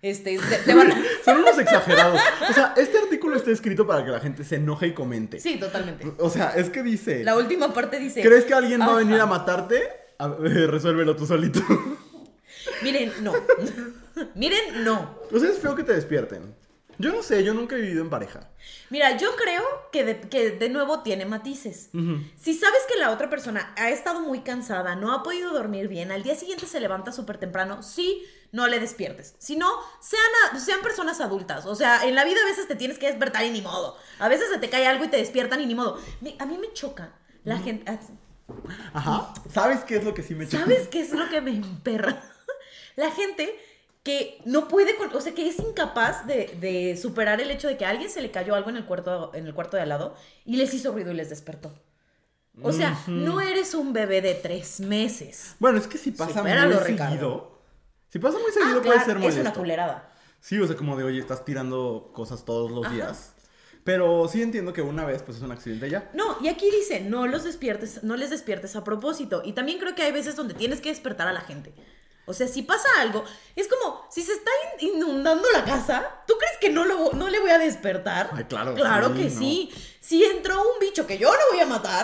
Te van a... Son unos exagerados. O sea, este artículo está escrito para que la gente se enoje y comente. Sí, totalmente. O sea, es que dice... La última parte dice... ¿Crees que alguien va a Ajá. venir a matarte? Resuélvelo tú solito. Miren, no. Miren, no. O sea, es feo que te despierten. Yo no sé, yo nunca he vivido en pareja. Mira, yo creo que de nuevo tiene matices. Si sabes que la otra persona ha estado muy cansada, no ha podido dormir bien, al día siguiente se levanta súper temprano, sí, no le despiertes. Si no, sean personas adultas. O sea, en la vida a veces te tienes que despertar y ni modo. A veces se te cae algo y te despiertan y ni modo. A mí me choca la gente... Ajá. ¿Sabes qué es lo que sí me choca? ¿Sabes qué es lo que me emperra? La gente que no puede, o sea, que es incapaz de superar el hecho de que a alguien se le cayó algo en el cuarto de al lado y les hizo ruido y les despertó. O sea, no eres un bebé de 3 meses. Bueno, es que si pasa Supéralo, muy Ricardo. seguido. Si pasa muy seguido Claro, puede ser molesto. es una culerada. Sí, o sea, como de, oye, estás tirando cosas todos los días. Pero sí entiendo que una vez, pues es un accidente ya. No, y aquí dice, no les despiertes a propósito. Y también creo que hay veces donde tienes que despertar a la gente. O sea, si pasa algo, es como, si se está inundando la casa, ¿tú crees que no le voy a despertar? Ay, claro, Claro sí, que no. sí. Si entró un bicho que yo no voy a matar,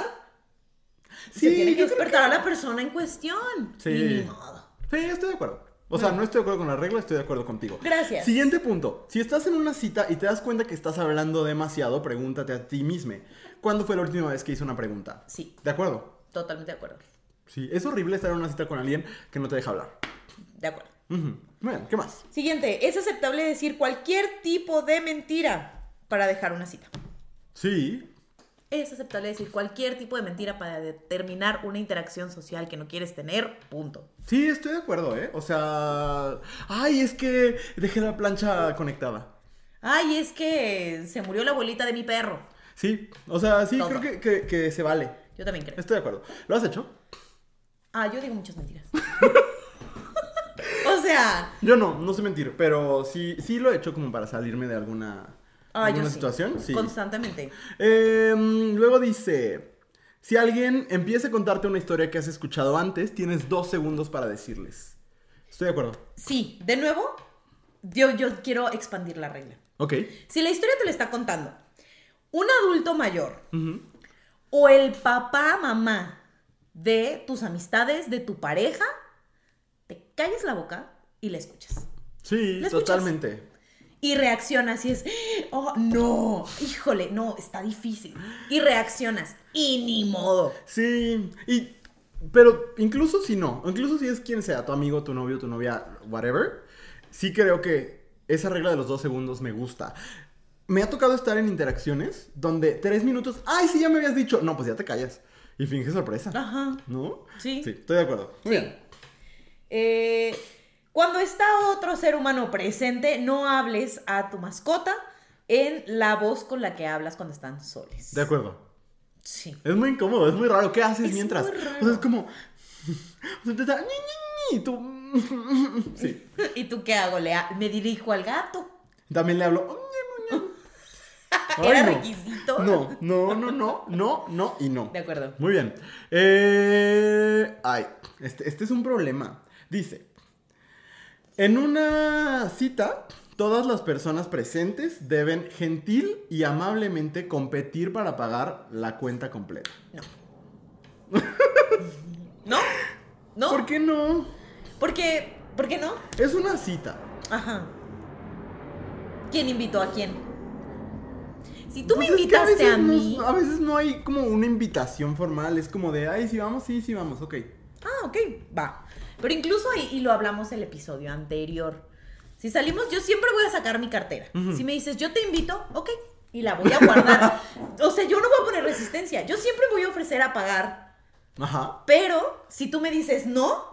Sí, se tiene que yo creo despertar a la persona en cuestión. Sí. Y ni modo. Sí, estoy de acuerdo. O sea, no estoy de acuerdo con la regla, estoy de acuerdo contigo. Gracias. Siguiente punto. Si estás en una cita y te das cuenta que estás hablando demasiado, pregúntate a ti mismo. ¿Cuándo fue la última vez que hice una pregunta? Sí, ¿De acuerdo? totalmente de acuerdo. Sí, es horrible estar en una cita con alguien que no te deja hablar. De acuerdo. Ujú. Bueno, ¿qué más? Siguiente, es aceptable decir cualquier tipo de mentira para dejar una cita. Sí. Es aceptable decir cualquier tipo de mentira para determinar una interacción social que no quieres tener, punto. Sí, estoy de acuerdo, ¿eh? O sea... Ay, es que dejé la plancha conectada. Ay, es que se murió la abuelita de mi perro. Sí, o sea, sí, Todo. creo que se vale. Yo también creo. Estoy de acuerdo. ¿Lo has hecho? Yo digo muchas mentiras. O sea, Yo no sé mentir, pero sí lo he hecho como para salirme de alguna yo sí. situación. Sí. Constantemente. Luego dice, si alguien empieza a contarte una historia que has escuchado antes, tienes 2 segundos para decirles. Estoy de acuerdo. Sí, de nuevo, yo quiero expandir la regla. Ok. Si la historia te la está contando un adulto mayor Ujú. o el papá, mamá de tus amistades, de tu pareja, te calles la boca y le escuchas. Sí, ¿La escuchas? totalmente. Y reaccionas y es, oh, no, híjole, no, está difícil. Y reaccionas y ni modo. Sí, pero incluso si no, incluso si es quien sea, tu amigo, tu novio, tu novia, whatever, sí creo que esa regla de los 2 segundos me gusta. Me ha tocado estar en interacciones donde 3 minutos, ay, sí, ya me habías dicho, no, pues ya te callas y finges sorpresa. Ajá. ¿No? Sí. Sí, estoy de acuerdo. Muy Sí. bien. Cuando está otro ser humano presente, no hables a tu mascota en la voz con la que hablas cuando están soles. De acuerdo. Sí. Es muy incómodo, es muy raro. ¿Qué haces Es mientras? muy raro. O sea, es como. O sea, te está. Y tú. Sí. ¿Y tú qué hago? Me dirijo al gato. También le hablo. ¿Era no. requisito? No y no. De acuerdo. Muy bien. Ay, este es un problema. Dice: en una cita, todas las personas presentes deben gentil y amablemente competir para pagar la cuenta completa. No. ¿No? ¿No? ¿Por qué no? ¿Por qué no? Es una cita. Ajá. ¿Quién invitó a quién? Si tú Pues me es que invitaste a no- mí. a veces no hay como una invitación formal. Es como de, ay, sí vamos, sí vamos, ok. Ah, ok, va. Pero incluso, y lo hablamos el episodio anterior, si salimos, yo siempre voy a sacar mi cartera. Si me dices, yo te invito, ok, y la voy a guardar. O sea, yo no voy a poner resistencia. Yo siempre voy a ofrecer a pagar. Ajá. Pero, si tú me dices no,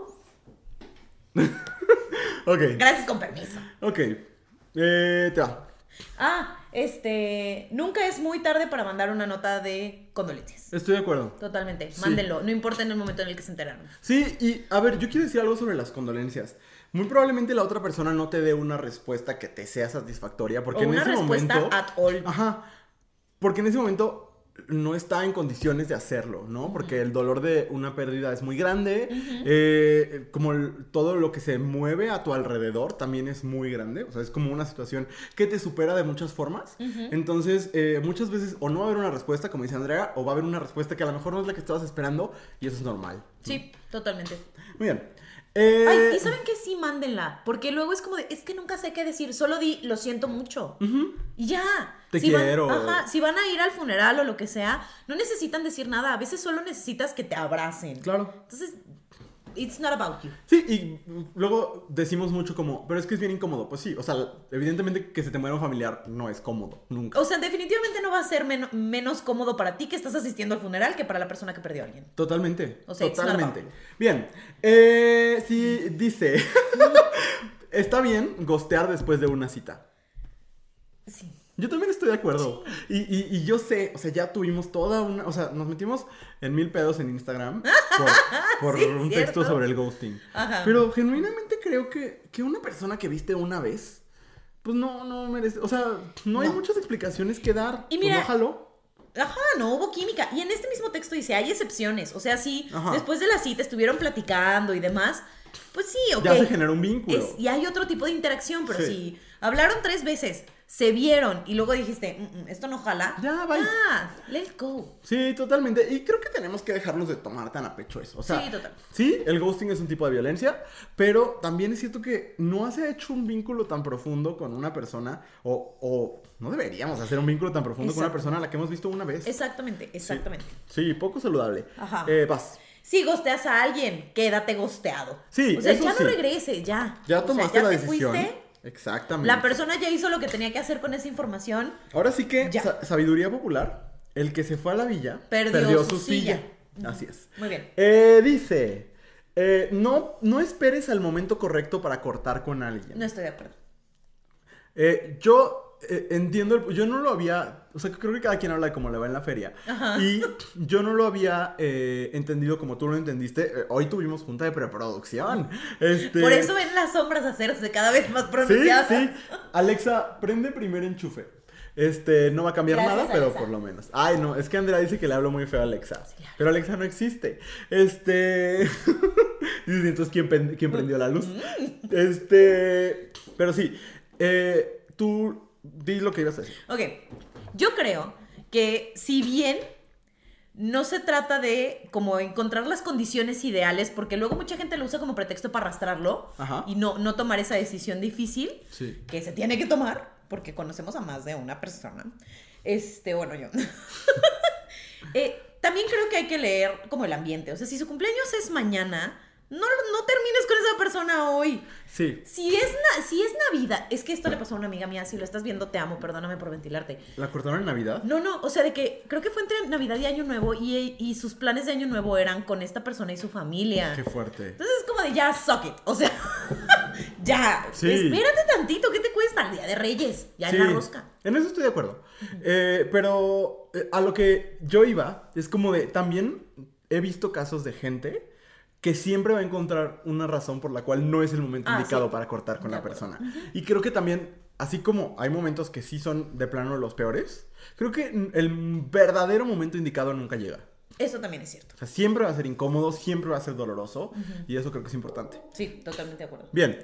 Ok. gracias con permiso. Ok. Te va. Nunca es muy tarde para mandar una nota de condolencias. Estoy de acuerdo. Totalmente, Sí. mándenlo, no importa en el momento en el que se enteraron. Sí, y a ver, yo quiero decir algo sobre las condolencias. Muy probablemente la otra persona no te dé una respuesta que te sea satisfactoria, porque O en una ese respuesta momento. at all. Ajá. Porque en ese momento no está en condiciones de hacerlo, ¿no? Porque el dolor de una pérdida es muy grande. Todo lo que se mueve a tu alrededor también es muy grande. O sea, es como una situación que te supera de muchas formas. Entonces, muchas veces o no va a haber una respuesta, como dice Andrea, o va a haber una respuesta que a lo mejor no es la que estabas esperando, y eso es normal. ¿No? Sí, totalmente. Muy bien. Ay, ¿y saben qué? Sí, mándenla. Porque luego es como de, es que nunca sé qué decir. Solo di, lo siento mucho. Y ya. Te si quiero. Si van a ir al funeral o lo que sea, no necesitan decir nada. A veces solo necesitas que te abracen. Claro. Entonces, it's not about you. Sí, y luego decimos mucho como, pero es que es bien incómodo. Pues sí, o sea, evidentemente que se te muera un familiar no es cómodo, nunca. O sea, definitivamente no va a ser menos cómodo para ti que estás asistiendo al funeral que para la persona que perdió a alguien. Totalmente, O sea, it's not totalmente. about you. Bien, sí, dice, está bien ghostear después de una cita. Sí. Yo también estoy de acuerdo. Y yo sé, o sea, ya tuvimos toda una... O sea, nos metimos en 1000 pedos en Instagram por Sí, un cierto. texto sobre el ghosting. Ajá. Pero genuinamente creo que una persona que viste una vez, pues no merece... O sea, no hay muchas explicaciones que dar. Y mira, Pues no jaló. Ajá, no hubo química. Y en este mismo texto dice, hay excepciones. O sea, sí, Ajá. después de la cita estuvieron platicando y demás. Pues sí, ok. Ya se generó un vínculo. Y hay otro tipo de interacción, pero Sí. si hablaron 3 veces, se vieron y luego dijiste, esto no jala. Ya, bye. Let go. Sí, totalmente. Y creo que tenemos que dejarnos de tomar tan a pecho eso. O sea, Sí, total. Sí, el ghosting es un tipo de violencia, pero también es cierto que no se ha hecho un vínculo tan profundo con una persona, o no deberíamos hacer un vínculo tan profundo con una Exacto. persona a la que hemos visto una vez. Exactamente. Sí, poco saludable. Ajá. Vas. Si gosteas a alguien, quédate gosteado. Sí, o sea, eso ya sí. no regreses, ya. Ya O sea, tomaste la te decisión. fuiste, Exactamente. la persona ya hizo lo que tenía que hacer con esa información. Ahora sí que, Ya. sabiduría popular, el que se fue a la villa Perdió su su silla. silla. Así es. Muy bien. Dice, no esperes al momento correcto para cortar con alguien. No estoy de acuerdo. Yo entiendo, yo no lo había, o sea, creo que cada quien habla de cómo le va en la feria. Ajá. Y yo no lo había entendido como tú lo entendiste. Hoy tuvimos junta de preproducción. Por eso ven las sombras hacerse cada vez más Sí, pronunciadas. sí. Alexa, prende primer enchufe. No va a cambiar Gracias, nada, pero Alexa. por lo menos. Ay, no, es que Andrea dice que le hablo muy feo a Alexa. Sí. Pero Alexa no existe. Dice, entonces, ¿quién prendió la luz? Pero sí. Tú di lo que ibas a decir. Ok. Yo creo que si bien no se trata de como encontrar las condiciones ideales, porque luego mucha gente lo usa como pretexto para arrastrarlo y no tomar esa decisión difícil que se tiene que tomar, porque conocemos a más de una persona. Bueno, yo. También creo que hay que leer como el ambiente. O sea, si su cumpleaños es mañana, no termines con esa persona hoy. Sí. Si es Navidad, es que esto le pasó a una amiga mía, si lo estás viendo te amo, perdóname por ventilarte. ¿La cortaron en Navidad? No, o sea, de que creo que fue entre Navidad y Año Nuevo y sus planes de Año Nuevo eran con esta persona y su familia. Qué fuerte. Entonces es como de ya, suck it, o sea, ya, Sí. Espérate tantito, ¿qué te cuesta? El Día de Reyes, ya en la rosca. En eso estoy de acuerdo. Pero a lo que yo iba es como de, también he visto casos de gente que siempre va a encontrar una razón por la cual no es el momento indicado para cortar con la persona. Y creo que también, así como hay momentos que sí son de plano los peores, creo que el verdadero momento indicado nunca llega. Eso también es cierto. O sea, siempre va a ser incómodo, siempre va a ser doloroso, y eso creo que es importante. Sí, totalmente de acuerdo. Bien,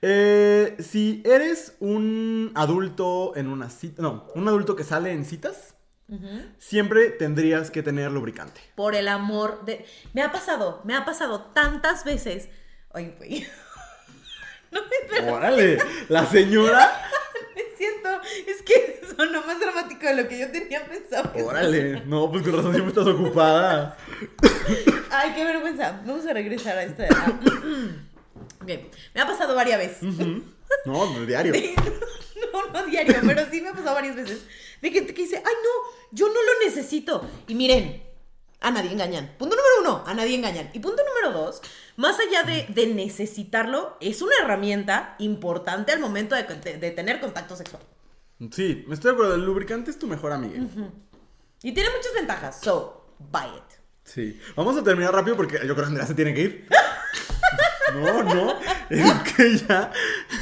si eres un adulto en una cita, un adulto que sale en citas, siempre tendrías que tener lubricante. Por el amor de... Me ha pasado tantas veces. Ay, güey. No me espero. ¡Órale! La señora... Me siento... Es que sonó más dramático de lo que yo tenía pensado. ¡Órale! No, pues con razón siempre estás ocupada. Ay, qué vergüenza. Vamos a regresar a esta... Bien, me ha pasado varias veces. No diario. No diario, pero sí me ha pasado varias veces. De gente que dice, ay no, yo no lo necesito. Y miren, a nadie engañan. Punto número 1, a nadie engañan. Y punto número 2, más allá de necesitarlo, es una herramienta importante al momento de tener contacto sexual. Sí, me estoy de acuerdo. El lubricante es tu mejor amiga. Y tiene muchas ventajas, so, buy it. Sí. Vamos a terminar rápido porque yo creo que Andrea se tiene que ir. No, es que ya...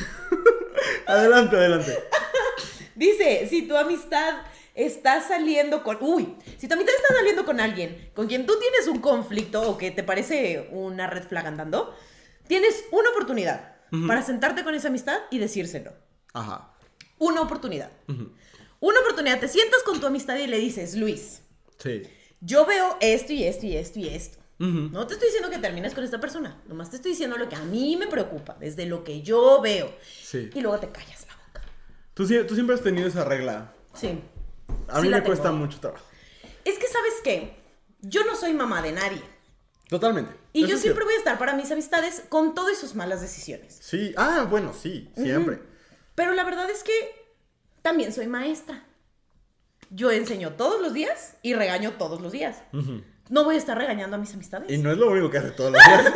Adelante. Dice, si tu amistad está saliendo con... si tu amistad está saliendo con alguien con quien tú tienes un conflicto o que te parece una red flag andando, tienes una oportunidad para sentarte con esa amistad y decírselo. Ajá. Una oportunidad. Una oportunidad. Te sientas con tu amistad y le dices, Luis, Sí. yo veo esto y esto y esto y esto. No te estoy diciendo que termines con esta persona. Nomás te estoy diciendo lo que a mí me preocupa, desde lo que yo veo. Sí. Y luego te callas la boca. Tú siempre has tenido esa regla. Sí. A mí me cuesta mucho trabajo. Es que, ¿sabes qué? Yo no soy mamá de nadie. Totalmente. Y Eso yo es siempre cierto. voy a estar para mis amistades con todas sus malas decisiones. Sí. Bueno, sí. Siempre. Pero la verdad es que también soy maestra. Yo enseño todos los días y regaño todos los días. No voy a estar regañando a mis amistades. Y no es lo único que hace todos los días.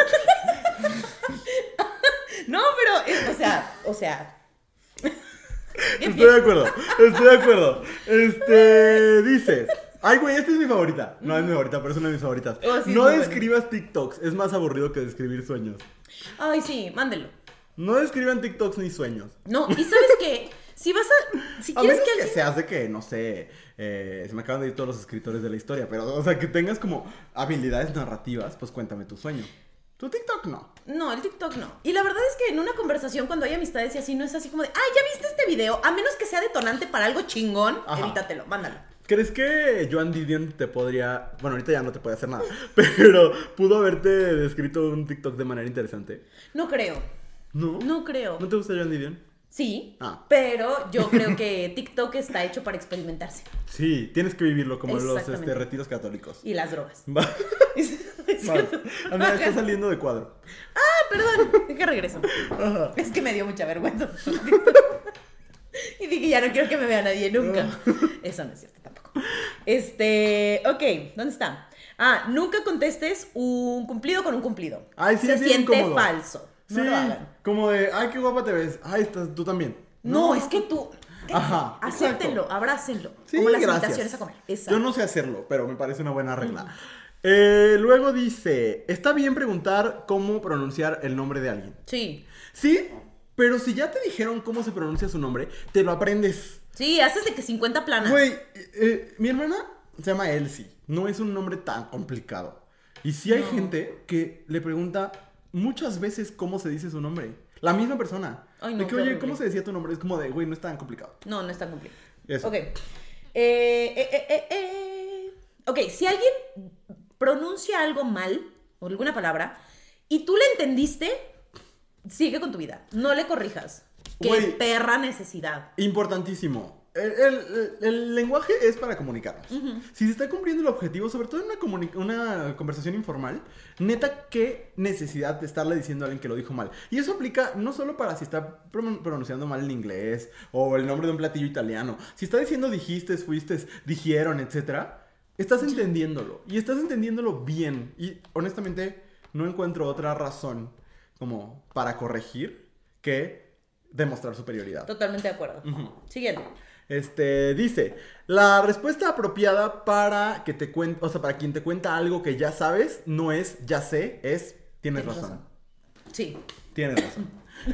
No, pero, o sea... Estoy de acuerdo. Dice... Ay, güey, esta es mi favorita. No es mi favorita, pero es una de mis favoritas. Sí, no bueno. describas TikToks. Es más aburrido que describir sueños. Ay, sí, mándelo. No describan TikToks ni sueños. No, ¿y sabes qué? Si A quieres menos que que alguien... seas de que, no sé, se me acaban de ir todos los escritores de la historia, pero, o sea, que tengas como habilidades narrativas, pues cuéntame tu sueño. Tu TikTok no. No, el TikTok no. Y la verdad es que en una conversación, cuando hay amistades y así, no es así como de, ay, ¿ya viste este video? A menos que sea detonante para algo chingón, evítatelo, mándalo. ¿Crees que Joan Didion te podría... Bueno, ahorita ya no te puede hacer nada, pero pudo haberte descrito un TikTok de manera interesante? No creo. ¿No? No creo. ¿No te gusta Joan Didion? Sí, pero yo creo que TikTok está hecho para experimentarse. Sí, tienes que vivirlo como los Exactamente. retiros católicos. Y las drogas. Va. Amiga, está saliendo de cuadro. Perdón, es que regreso. Es que me dio mucha vergüenza. Y dije, ya no quiero que me vea nadie nunca. Eso no es cierto tampoco. Ok, ¿dónde está? Nunca contestes un cumplido con un cumplido. Ay, sí, Se es bien siente incómodo. falso. No Sí, lo hagan. como de, ay, qué guapa te ves. Ay, tú también. No, es que tú... Ajá, Acéptenlo, abrácenlo. Sí, como las gracias. invitaciones a comer. Exacto. Yo no sé hacerlo, pero me parece una buena regla. Luego dice, está bien preguntar cómo pronunciar el nombre de alguien. Sí. Sí, pero si ya te dijeron cómo se pronuncia su nombre, te lo aprendes. Sí, haces de que 50 planas. Güey, mi hermana se llama Elsie. No es un nombre tan complicado. Y sí hay gente que le pregunta muchas veces cómo se dice su nombre. La misma persona. Ay, no, de que, qué oye, horrible. ¿cómo se decía tu nombre? Es como de, güey, no es tan complicado. No es tan complicado. Eso. Ok. Ok, si alguien pronuncia algo mal, o alguna palabra, y tú le entendiste, sigue con tu vida. No le corrijas. Qué Güey. perra necesidad. Importantísimo. El lenguaje es para comunicarnos. Si se está cumpliendo el objetivo, sobre todo en una conversación informal, neta, qué necesidad de estarle diciendo a alguien que lo dijo mal. Y eso aplica no solo para si está pronunciando mal el inglés o el nombre de un platillo italiano. Si está diciendo dijiste, fuiste, dijeron, etcétera, estás entendiéndolo. Y estás entendiéndolo bien. Y honestamente, no encuentro otra razón como para corregir que demostrar superioridad. Totalmente de acuerdo. Siguiente. Dice, la respuesta apropiada para que te cuente, o sea, para quien te cuenta algo que ya sabes, no es ya sé, es tienes razón. Sí. Tienes razón.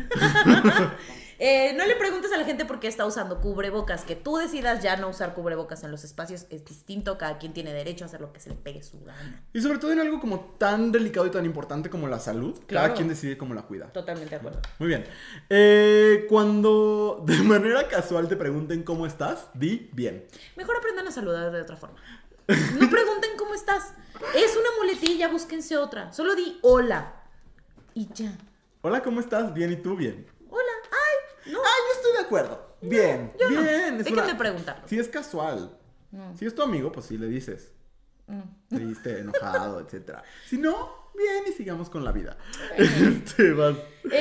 No le preguntes a la gente por qué está usando cubrebocas. Que tú decidas ya no usar cubrebocas en los espacios es distinto. Cada quien tiene derecho a hacer lo que se le pegue su gana. Y sobre todo en algo como tan delicado y tan importante como la salud, Claro. cada quien decide cómo la cuida. Totalmente de acuerdo. Muy bien. Cuando de manera casual te pregunten cómo estás, di bien. Mejor aprendan a saludar de otra forma. No pregunten cómo estás. Es una muletilla, búsquense otra. Solo di hola. Y ya. Hola, ¿cómo estás? Bien, ¿y tú? Bien. Hola. Ay, no. Yo estoy de acuerdo. Bien, yo no. bien. Déjenme preguntarlo. Si es casual. Si es tu amigo, pues sí le dices. Triste, enojado, etcétera. Si no, bien, y sigamos con la vida. Vas.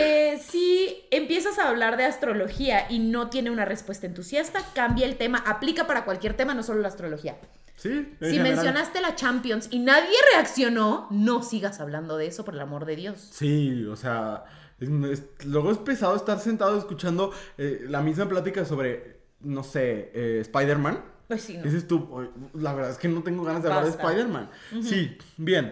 Si empiezas a hablar de astrología y no tiene una respuesta entusiasta, cambia el tema. Aplica para cualquier tema, no solo la astrología. Sí, en Si general. mencionaste la Champions y nadie reaccionó, no sigas hablando de eso, por el amor de Dios. Sí, o sea, luego es pesado estar sentado escuchando la misma plática sobre, no sé, Spider-Man. Pues sí, no. Dices tú, "Oye, la verdad es que no tengo ganas de hablar de Basta. Spider-Man". Sí, bien.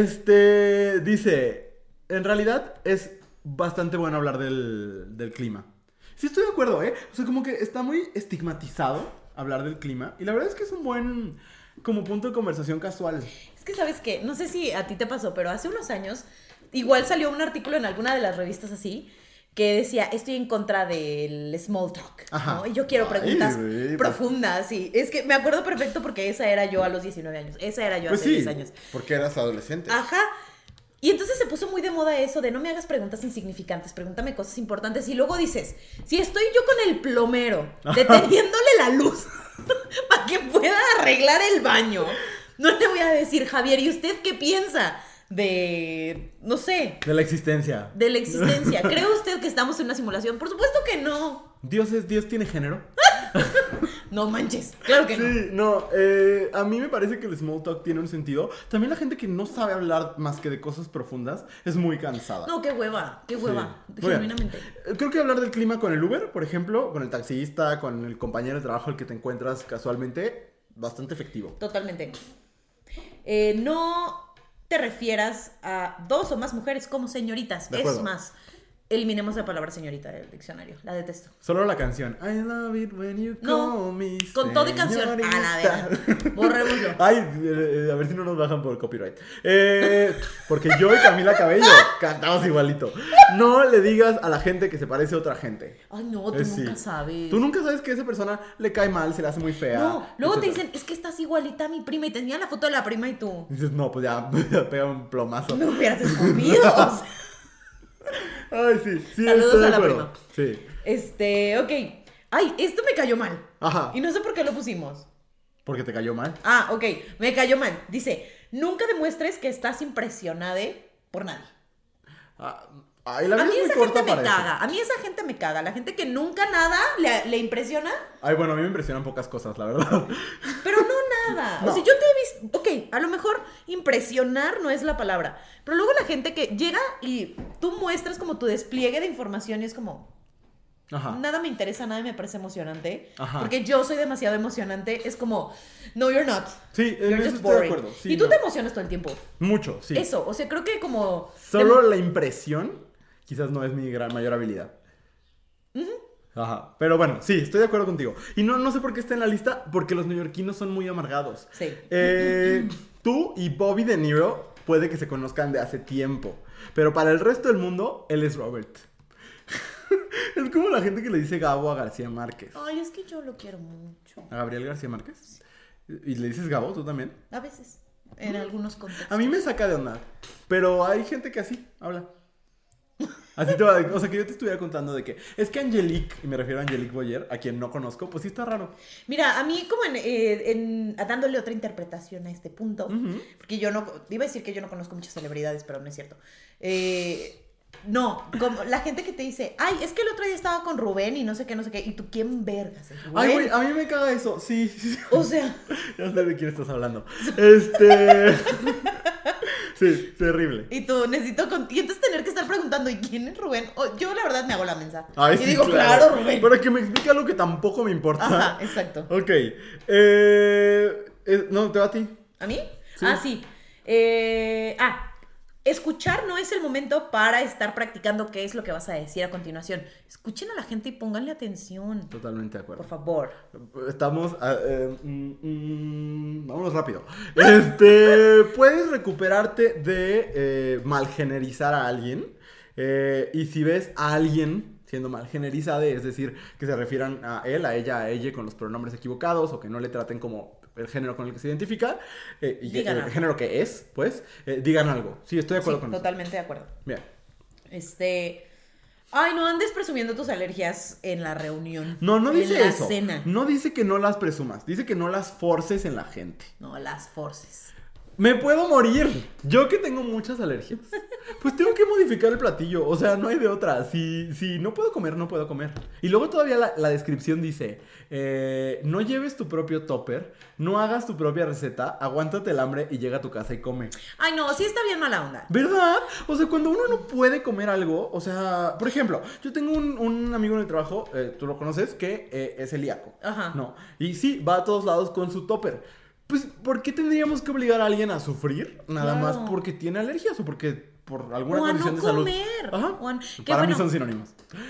Dice, en realidad es bastante bueno hablar del clima. Sí, estoy de acuerdo, ¿eh? O sea, como que está muy estigmatizado hablar del clima. Y la verdad es que es un buen, como punto de conversación casual. Es que, ¿sabes qué? No sé si a ti te pasó, pero hace unos años igual salió un artículo en alguna de las revistas así que decía, estoy en contra del small talk, Ajá. ¿no? Y yo quiero preguntas güey, profundas, y es que me acuerdo perfecto porque esa era yo a los 19 años, esa era yo Pues hace sí, 10 años. porque eras adolescente. Ajá. Y entonces se puso muy de moda eso de no me hagas preguntas insignificantes, pregúntame cosas importantes. Y luego dices, si estoy yo con el plomero deteniéndole la luz para que pueda arreglar el baño, no le voy a decir, Javier, ¿y usted qué piensa de, no sé, De la existencia. de la existencia? ¿Cree usted que estamos en una simulación? Por supuesto que no. ¿Dios tiene género? No manches, claro que no. Sí, no, a mí me parece que el small talk tiene un sentido. También la gente que no sabe hablar más que de cosas profundas es muy cansada. No, qué hueva, Sí. genuinamente. Muy bien. Creo que hablar del clima con el Uber, por ejemplo, con el taxista, con el compañero de trabajo al que te encuentras casualmente, bastante efectivo. Totalmente. No te refieras a dos o más mujeres como señoritas. De Es acuerdo. más, eliminemos la palabra señorita del diccionario. La detesto. Solo la canción. I love it when you No, call me con todo y canción. A la señorita. verga. Borrémoslo. Ay, a ver si no nos bajan por copyright. Porque yo y Camila Cabello cantamos igualito. No le digas a la gente que se parece a otra gente. Ay, no, tú Sí. nunca sabes. Tú nunca sabes que a esa persona le cae mal, se le hace muy fea. No, luego te etcétera. dicen, es que estás igualita a mi prima y te enseñan la foto de la prima y tú. Dices, no, pues ya, pega un plomazo. Me hubieras escupido. O sea, Ay, sí, sí, Saludos estoy de a la acuerdo. prima. Sí. Ok. Ay, esto me cayó mal. Ajá. Y no sé por qué lo pusimos. Porque te cayó mal. Ah, ok, me cayó mal. Dice, nunca demuestres que estás impresionada por nadie. Ay, la A vida mí es muy esa corta gente me para eso. caga. A mí esa gente me caga. La gente que nunca nada le impresiona, Ay, bueno, a mí me impresionan pocas cosas, la verdad. pero no nada. No. O sea, yo te he visto. Ok, a lo mejor impresionar no es la palabra. Pero luego la gente que llega y tú muestras como tu despliegue de información y es como. Ajá. Nada me interesa, nada me parece emocionante. Ajá. Porque yo soy demasiado emocionante. Es como, no, you're not. Sí, en You're eso just estoy de boring. acuerdo. Sí, y tú no. te emocionas todo el tiempo. Mucho, sí. Eso, o sea, creo que como. Solo la impresión quizás no es mi mayor habilidad. Ajá. Pero bueno, sí, estoy de acuerdo contigo. Y no sé por qué está en la lista, porque los neoyorquinos son muy amargados. Sí. Tú y Bobby De Niro puede que se conozcan de hace tiempo. Pero para el resto del mundo, él es Robert. Es como la gente que le dice Gabo a García Márquez. Ay, es que yo lo quiero mucho. ¿A Gabriel García Márquez? ¿Y le dices Gabo tú también? A veces, en algunos contextos. A mí me saca de onda. Pero hay gente que así habla. Así te va, o sea, que yo te estuviera contando de que es que Angelique, y me refiero a Angelique Boyer, a quien no conozco, pues sí está raro. Mira, a mí como dándole otra interpretación a este punto, porque yo no, iba a decir que yo no conozco muchas celebridades, pero no es cierto. No, como la gente que te dice, ay, es que el otro día estaba con Rubén y no sé qué, y tú, ¿quién vergas es Rubén? Ay, güey, a mí me caga eso, sí. O sea. Ya sé de quién estás hablando. Sí, terrible. Y tú, y entonces tener que estar preguntando, ¿y quién es Rubén? Yo la verdad me hago la mensa. Ay, y sí, digo, claro, Rubén. Para que me explique algo que tampoco me importa. Ajá, exacto. Ok. No, te va a ti. ¿A mí? Sí. Sí. Escuchar no es el momento para estar practicando qué es lo que vas a decir a continuación. Escuchen a la gente y pónganle atención. Totalmente de acuerdo. Por favor. Estamos. Vámonos rápido. Puedes recuperarte de malgenerizar a alguien. Y si ves a alguien siendo malgenerizada, es decir, que se refieran a él, a ella, a ella con los pronombres equivocados o que no le traten como el género con el que se identifica y el género que es, pues, digan algo. Sí, estoy de acuerdo con totalmente eso. de acuerdo. Bien. Ay, no andes presumiendo tus alergias en la reunión. No dice en la eso. Cena. No dice que no las presumas. Dice que no las forces en la gente. No, las forces. Me puedo morir. Yo que tengo muchas alergias. Pues tengo que modificar el platillo. O sea, no hay de otra. Si no puedo comer, no puedo comer. Y luego todavía la descripción dice, no lleves tu propio topper, no hagas tu propia receta, aguántate el hambre y llega a tu casa y come. Ay, no, sí está bien mala onda. ¿Verdad? O sea, cuando uno no puede comer algo, o sea, por ejemplo, yo tengo un amigo en el trabajo, tú lo conoces, que es celíaco. Ajá. No. Y sí, va a todos lados con su topper. Pues, ¿por qué tendríamos que obligar a alguien a sufrir? Nada más porque tiene alergias o porque por alguna condición de salud. Ajá. Para mí son sinónimos.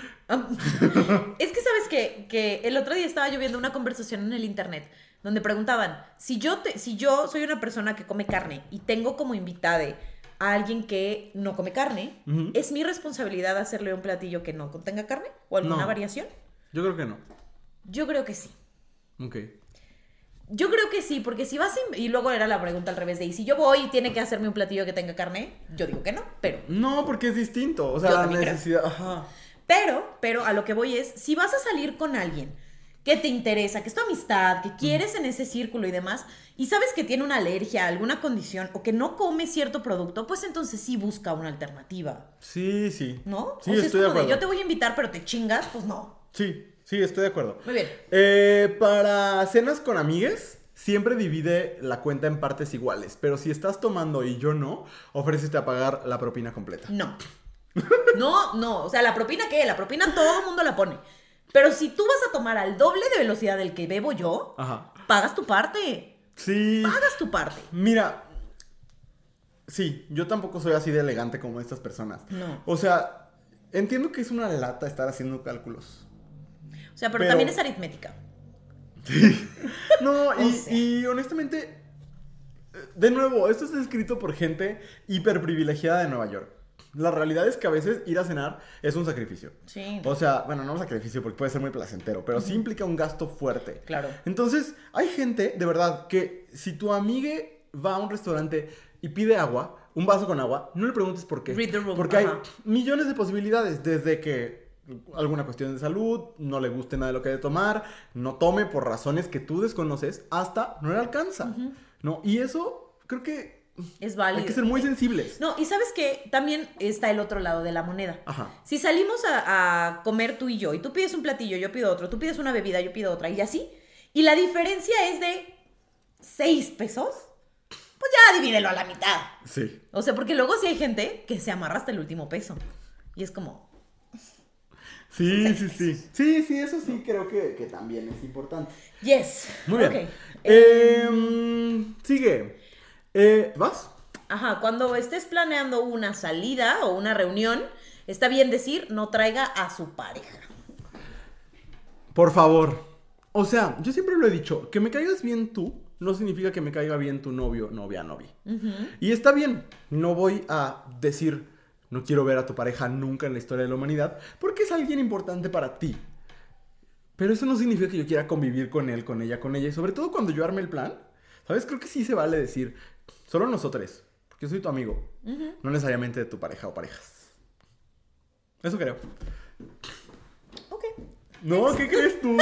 Es que sabes que el otro día estaba yo viendo una conversación en el internet donde preguntaban, si yo soy una persona que come carne y tengo como invitada a alguien que no come carne, ¿es mi responsabilidad hacerle un platillo que no contenga carne o alguna variación? Yo creo que no. Yo creo que sí. Ok. Yo creo que sí, porque si vas y luego era la pregunta al revés de, ¿y si yo voy y tiene que hacerme un platillo que tenga carne? Yo digo que no, pero... No, porque es distinto, o sea, Yo la también necesidad... Ajá. Pero a lo que voy es, si vas a salir con alguien que te interesa, que es tu amistad, que quieres en ese círculo y demás, y sabes que tiene una alergia, alguna condición, o que no come cierto producto, pues entonces sí busca una alternativa. Sí. ¿No? Sí, o sea, estoy es de como acuerdo. yo te voy a invitar, pero te chingas, pues no. Sí, estoy de acuerdo. Muy bien. Para cenas con amigues, siempre divide la cuenta en partes iguales. Pero si estás tomando y yo no, ofrécete a pagar la propina completa. No. No. O sea, ¿la propina qué? La propina todo el mundo la pone. Pero si tú vas a tomar al doble de velocidad del que bebo yo, pagas tu parte. Sí. Pagas tu parte. Mira, sí, yo tampoco soy así de elegante como estas personas. No. O sea, entiendo que es una lata estar haciendo cálculos. O sea, pero también es aritmética. No, y honestamente, de nuevo, esto es escrito por gente hiperprivilegiada de Nueva York. La realidad es que a veces ir a cenar es un sacrificio. Sí. O sea, bueno, no un sacrificio porque puede ser muy placentero, pero sí implica un gasto fuerte. Claro. Entonces, hay gente, de verdad, que si tu amigue va a un restaurante y pide agua, un vaso con agua, no le preguntes por qué. Read the room. Porque hay millones de posibilidades, desde que alguna cuestión de salud, no le guste nada de lo que debe tomar, no tome por razones que tú desconoces, hasta no le alcanza, ¿no? Y eso creo que es válido. Hay que ser muy sensibles. No, y ¿sabes qué? También está el otro lado de la moneda. Ajá. Si salimos a comer tú y yo, y tú pides un platillo, yo pido otro, tú pides una bebida, yo pido otra, y así, y la diferencia es de 6 pesos, pues ya divídelo a la mitad. Sí. O sea, porque luego sí hay gente que se amarra hasta el último peso. Y es como... Sí, eso sí creo que también es importante. Yes. Muy bien. Okay. Sigue. ¿Vas? Ajá, cuando estés planeando una salida o una reunión, está bien decir, no traiga a su pareja. Por favor. O sea, yo siempre lo he dicho, que me caigas bien tú no significa que me caiga bien tu novio, novia. Y está bien, no voy a decir no quiero ver a tu pareja nunca en la historia de la humanidad, porque es alguien importante para ti. Pero eso no significa que yo quiera convivir con él, con ella, y sobre todo cuando yo arme el plan, ¿sabes? Creo que sí se vale decir, solo nosotros, porque yo soy tu amigo, no necesariamente de tu pareja o parejas. Eso creo. Ok. No, ¿qué crees tú?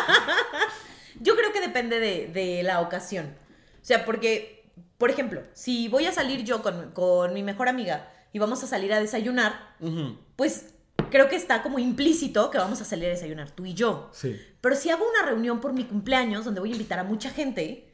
Yo creo que depende de la ocasión. O sea, porque, por ejemplo, si voy a salir yo con mi mejor amiga y vamos a salir a desayunar, pues creo que está como implícito que vamos a salir a desayunar tú y yo. Sí. Pero si hago una reunión por mi cumpleaños donde voy a invitar a mucha gente...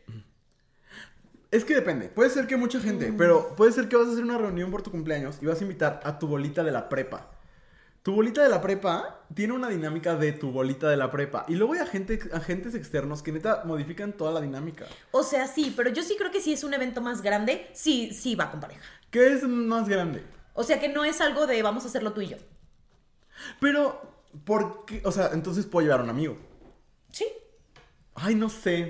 Es que depende. Puede ser que mucha gente, pero puede ser que vas a hacer una reunión por tu cumpleaños y vas a invitar a tu bolita de la prepa. Tu bolita de la prepa tiene una dinámica de tu bolita de la prepa. Y luego hay agentes externos que neta modifican toda la dinámica. O sea, sí, pero yo sí creo que si es un evento más grande, sí va con pareja. ¿Qué es más grande? O sea, que no es algo de vamos a hacerlo tú y yo. Pero, ¿por qué? O sea, entonces puedo llevar a un amigo. Sí. Ay, no sé.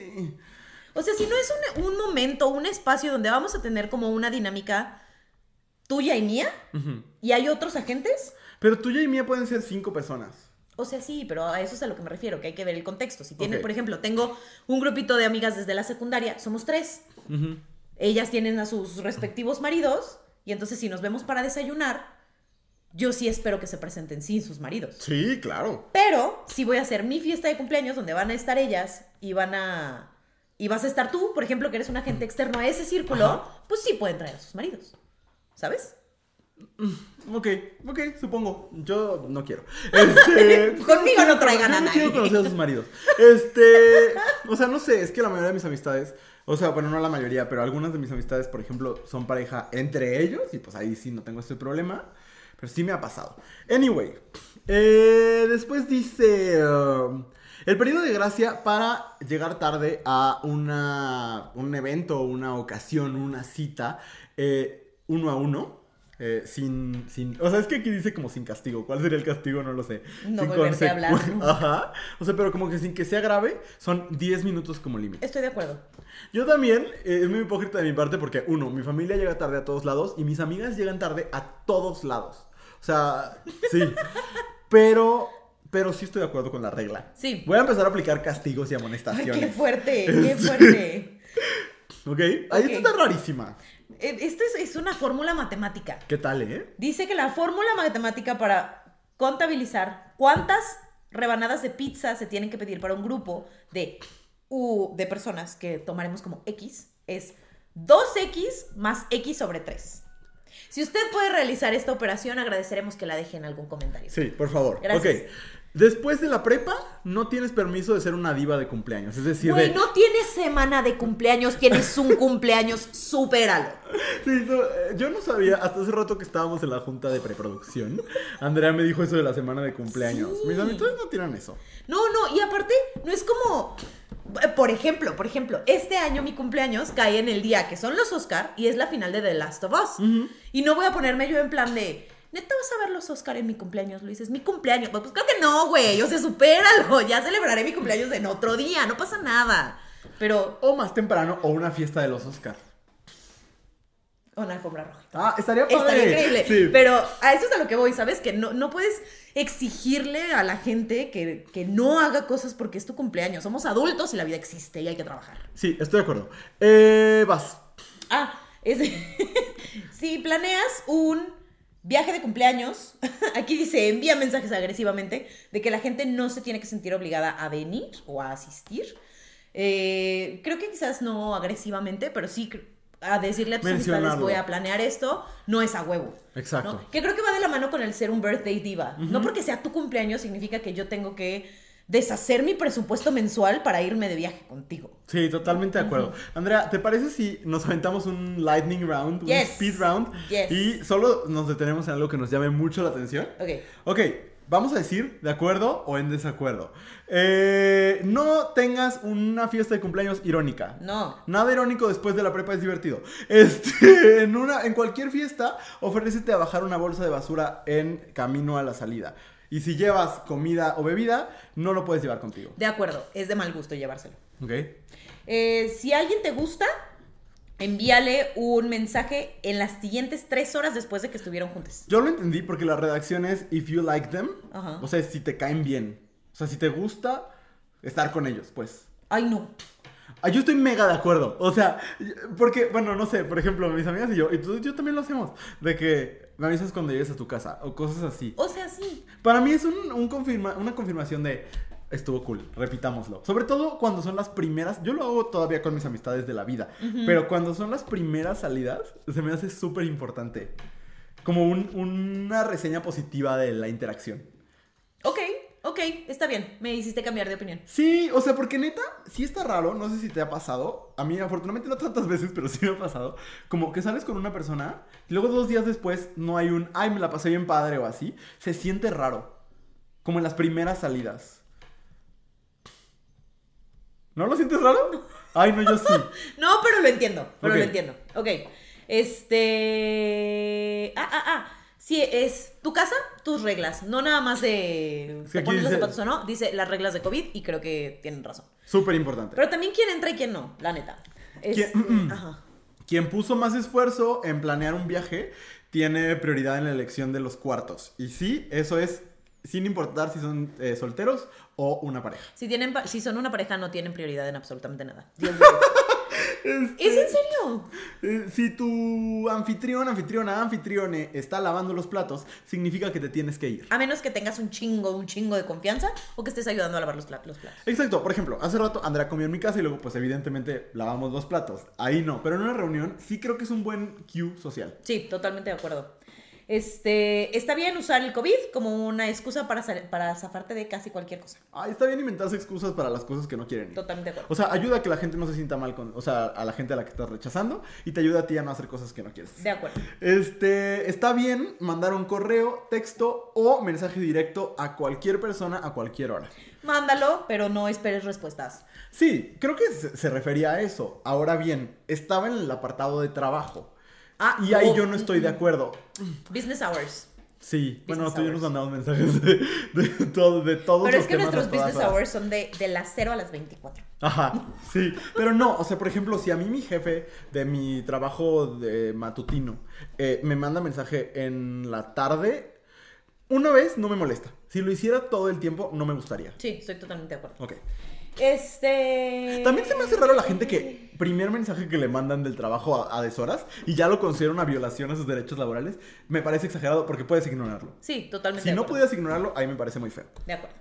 O sea, si no es un momento, un espacio donde vamos a tener como una dinámica tuya y mía, y hay otros agentes... Pero tuya y mía pueden ser 5 personas. O sea, sí, pero a eso es a lo que me refiero, que hay que ver el contexto. Si tiene, Ok. por ejemplo, tengo un grupito de amigas desde la secundaria, somos 3. Ellas tienen a sus respectivos maridos, y entonces si nos vemos para desayunar, yo sí espero que se presenten sin sus maridos. Sí, claro. Pero si voy a hacer mi fiesta de cumpleaños donde van a estar ellas y vas a estar tú, por ejemplo, que eres un agente externo a ese círculo, pues sí pueden traer a sus maridos. ¿Sabes? Ok, supongo. Yo no quiero. Conmigo no traigan a yo no nadie. quiero conocer a sus maridos. O sea, no sé, es que la mayoría de mis amistades, o sea, bueno, no la mayoría, pero algunas de mis amistades, por ejemplo, son pareja entre ellos, y pues ahí sí no tengo este problema, pero sí me ha pasado. Anyway, después dice, el periodo de gracia para llegar tarde a un evento, una ocasión, una cita, 1 a 1. O sea, es que aquí dice como sin castigo. ¿Cuál sería el castigo? No lo sé. No Sin volverte a hablar nunca. Ajá. O sea, pero como que sin que sea grave, son 10 minutos como límite. Estoy de acuerdo. Yo también, es muy hipócrita de mi parte porque, mi familia llega tarde a todos lados y mis amigas llegan tarde a todos lados. O sea, sí. Pero sí estoy de acuerdo con la regla. Sí. Voy a empezar a aplicar castigos y Ay, amonestaciones. qué fuerte, qué fuerte. ¿Ok? Ahí Ok. está rarísima. Esto es una fórmula matemática. ¿Qué tal, Dice que la fórmula matemática para contabilizar cuántas rebanadas de pizza se tienen que pedir para un grupo de personas que tomaremos como X es 2X más X sobre 3. Si usted puede realizar esta operación, agradeceremos que la deje en algún comentario. Sí, por favor. Gracias. Ok. Después de la prepa, no tienes permiso de ser una diva de cumpleaños. Es decir, Güey, no tienes semana de cumpleaños, tienes un cumpleaños, supéralo. Sí, yo no sabía, hasta hace rato que estábamos en la junta de preproducción, Andrea me dijo eso de la semana de cumpleaños. Sí. Mis amistades no tienen eso. No, y aparte, no es como... Por ejemplo, este año mi cumpleaños cae en el día que son los Oscar y es la final de The Last of Us. Y no voy a ponerme yo en plan de... ¿Neta vas a ver los Oscar en mi cumpleaños, Luis? Es mi cumpleaños. Pues claro que no, güey. O sea, supéralo. Ya celebraré mi cumpleaños en otro día. No pasa nada. Pero... O más temprano, o una fiesta de los Oscar. Una alfombra roja. Ah, estaría padre. Estaría increíble. Sí. Pero a eso es a lo que voy, ¿sabes? Que no puedes exigirle a la gente que no haga cosas porque es tu cumpleaños. Somos adultos y la vida existe y hay que trabajar. Sí, estoy de acuerdo. Vas. Si planeas un viaje de cumpleaños, aquí dice, envía mensajes agresivamente de que la gente no se tiene que sentir obligada a venir o a asistir. Creo que quizás no agresivamente, pero sí a decirle a tus amistades, Mencionarlo. voy a planear esto, no es a huevo. Exacto. ¿No? Que creo que va de la mano con el ser un birthday diva. No porque sea tu cumpleaños significa que yo tengo que deshacer mi presupuesto mensual para irme de viaje contigo. Sí, totalmente de acuerdo. Andrea, ¿te parece si nos aventamos un lightning round, Yes. un speed round? Yes. Y solo nos detenemos en algo que nos llame mucho la atención. Ok, vamos a decir de acuerdo o en desacuerdo. No tengas una fiesta de cumpleaños irónica. No. Nada irónico después de la prepa es divertido. En cualquier fiesta, ofrécete a bajar una bolsa de basura en camino a la salida. Y si llevas comida o bebida, no lo puedes llevar contigo. De acuerdo, es de mal gusto llevárselo. ¿Ok? Si alguien te gusta, envíale un mensaje en las siguientes 3 horas después de que estuvieron juntos. Yo lo entendí porque la redacción es if you like them. Ajá. O sea, si te caen bien. O sea, si te gusta estar con ellos, pues. Ay, no. Yo estoy mega de acuerdo. O sea, porque, bueno, no sé, por ejemplo, mis amigas y yo también lo hacemos. De que me avisas cuando llegues a tu casa o cosas así. O sea, sí. Para mí es una confirmación de estuvo cool, repitámoslo. Sobre todo cuando son las primeras, yo lo hago todavía con mis amistades de la vida, pero cuando son las primeras salidas, se me hace súper importante. Como una reseña positiva de la interacción. Ok, está bien. Me hiciste cambiar de opinión. Sí, o sea, porque neta, sí está raro, no sé si te ha pasado. A mí, afortunadamente, no tantas veces, pero sí me ha pasado. Como que sales con una persona y luego 2 días después no hay ay, me la pasé bien padre o así. Se siente raro. Como en las primeras salidas. ¿No lo sientes raro? Ay, no, yo sí. No, pero lo entiendo. Ok. Ok. Sí, es tu casa, tus reglas. No nada más de Es que aquí poner los dice- zapatos o no. Dice las reglas de COVID y creo que tienen razón. Súper importante. Pero también quién entra y quién no, la neta. Ajá. Quien puso más esfuerzo en planear un viaje tiene prioridad en la elección de los cuartos. Y sí, eso es sin importar si son solteros o una pareja. Si son una pareja, no tienen prioridad en absolutamente nada. Dios mío. ¿Es en serio? Si tu anfitrione está lavando los platos, significa que te tienes que ir. A menos que tengas un chingo de confianza o que estés ayudando a lavar los platos. Exacto, por ejemplo, hace rato Andrea comió en mi casa y luego pues evidentemente lavamos los platos. Ahí no, pero en una reunión sí creo que es un buen cue social. Sí, totalmente de acuerdo. Está bien usar el COVID como una excusa para zafarte de casi cualquier cosa. Está bien inventarse excusas para las cosas que no quieren ir. Totalmente de acuerdo. O sea, ayuda a que la gente no se sienta mal o sea, a la gente a la que estás rechazando y te ayuda a ti a no hacer cosas que no quieres. De acuerdo. Está bien mandar un correo, texto o mensaje directo a cualquier persona a cualquier hora. Mándalo, pero no esperes respuestas. Sí, creo que se refería a eso. Ahora bien, estaba en el apartado de trabajo. Y ahí yo no estoy de acuerdo. Business hours. Sí, bueno, Business tú y yo nos hours. mandamos mensajes de todos Pero los es que temas nuestros a todas business horas. hours son de las 0 a las 24. Ajá, sí, pero no, o sea, por ejemplo, si a mí mi jefe de mi trabajo de matutino me manda mensaje en la tarde, una vez no me molesta. Si lo hiciera todo el tiempo, no me gustaría. Sí, estoy totalmente de acuerdo. Ok. También se me hace raro la gente que primer mensaje que le mandan del trabajo a deshoras y ya lo considera una violación a sus derechos laborales. Me parece exagerado porque puedes ignorarlo. Sí, totalmente Si de no acuerdo. pudieras ignorarlo, ahí me parece muy feo. De acuerdo.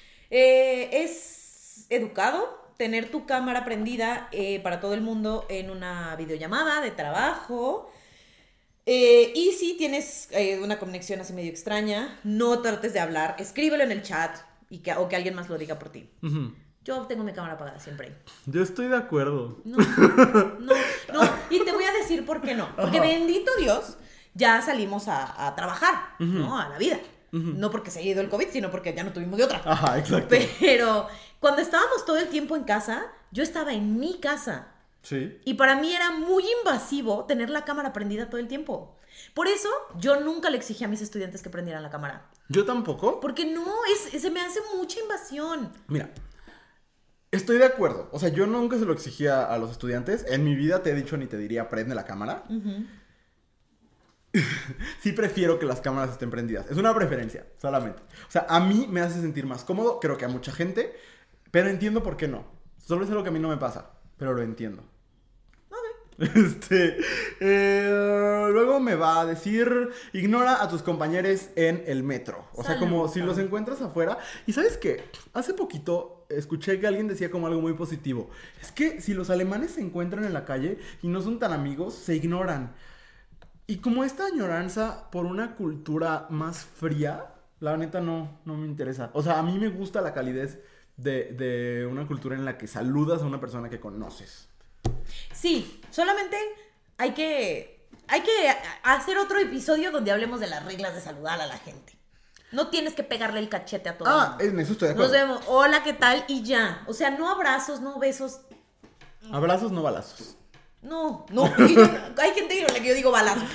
Es educado tener tu cámara prendida para todo el mundo en una videollamada de trabajo. Y si tienes una conexión así medio extraña, no trates de hablar, escríbelo en el chat o que alguien más lo diga por ti. Ujú. Yo tengo mi cámara apagada siempre. Yo estoy de acuerdo. No, y te voy a decir por qué no. Porque Ajá. bendito Dios, ya salimos a trabajar, ¿no? A la vida. No porque se haya ido el COVID, sino porque ya no tuvimos de otra. Ajá, exacto. Pero cuando estábamos todo el tiempo en casa, yo estaba en mi casa. Sí. Y para mí era muy invasivo tener la cámara prendida todo el tiempo. Por eso yo nunca le exigí a mis estudiantes que prendieran la cámara. Yo tampoco. Porque no, se me hace mucha invasión. Mira, estoy de acuerdo. O sea, yo nunca se lo exigía a los estudiantes. En mi vida te he dicho ni te diría prende la cámara. Sí prefiero que las cámaras estén prendidas. Es una preferencia, solamente. O sea, a mí me hace sentir más cómodo. Creo que a mucha gente. Pero entiendo por qué no. Solo es algo que a mí no me pasa. Pero lo entiendo. Luego me va a decir ignora a tus compañeros en el metro. O sea, como si los encuentras afuera. Y ¿sabes qué? Hace poquito escuché que alguien decía como algo muy positivo. Es que si los alemanes se encuentran en la calle y no son tan amigos, se ignoran. Y como esta añoranza por una cultura más fría, la neta no me interesa. O sea, a mí me gusta la calidez de una cultura en la que saludas a una persona que conoces. Sí, solamente hay que hacer otro episodio donde hablemos de las reglas de saludar a la gente. No tienes que pegarle el cachete a todo el mundo. En eso estoy de acuerdo. Nos vemos, hola, ¿qué tal? Y ya. O sea, no abrazos, no besos. Abrazos, no balazos. No. Hay gente a la que yo digo balazos.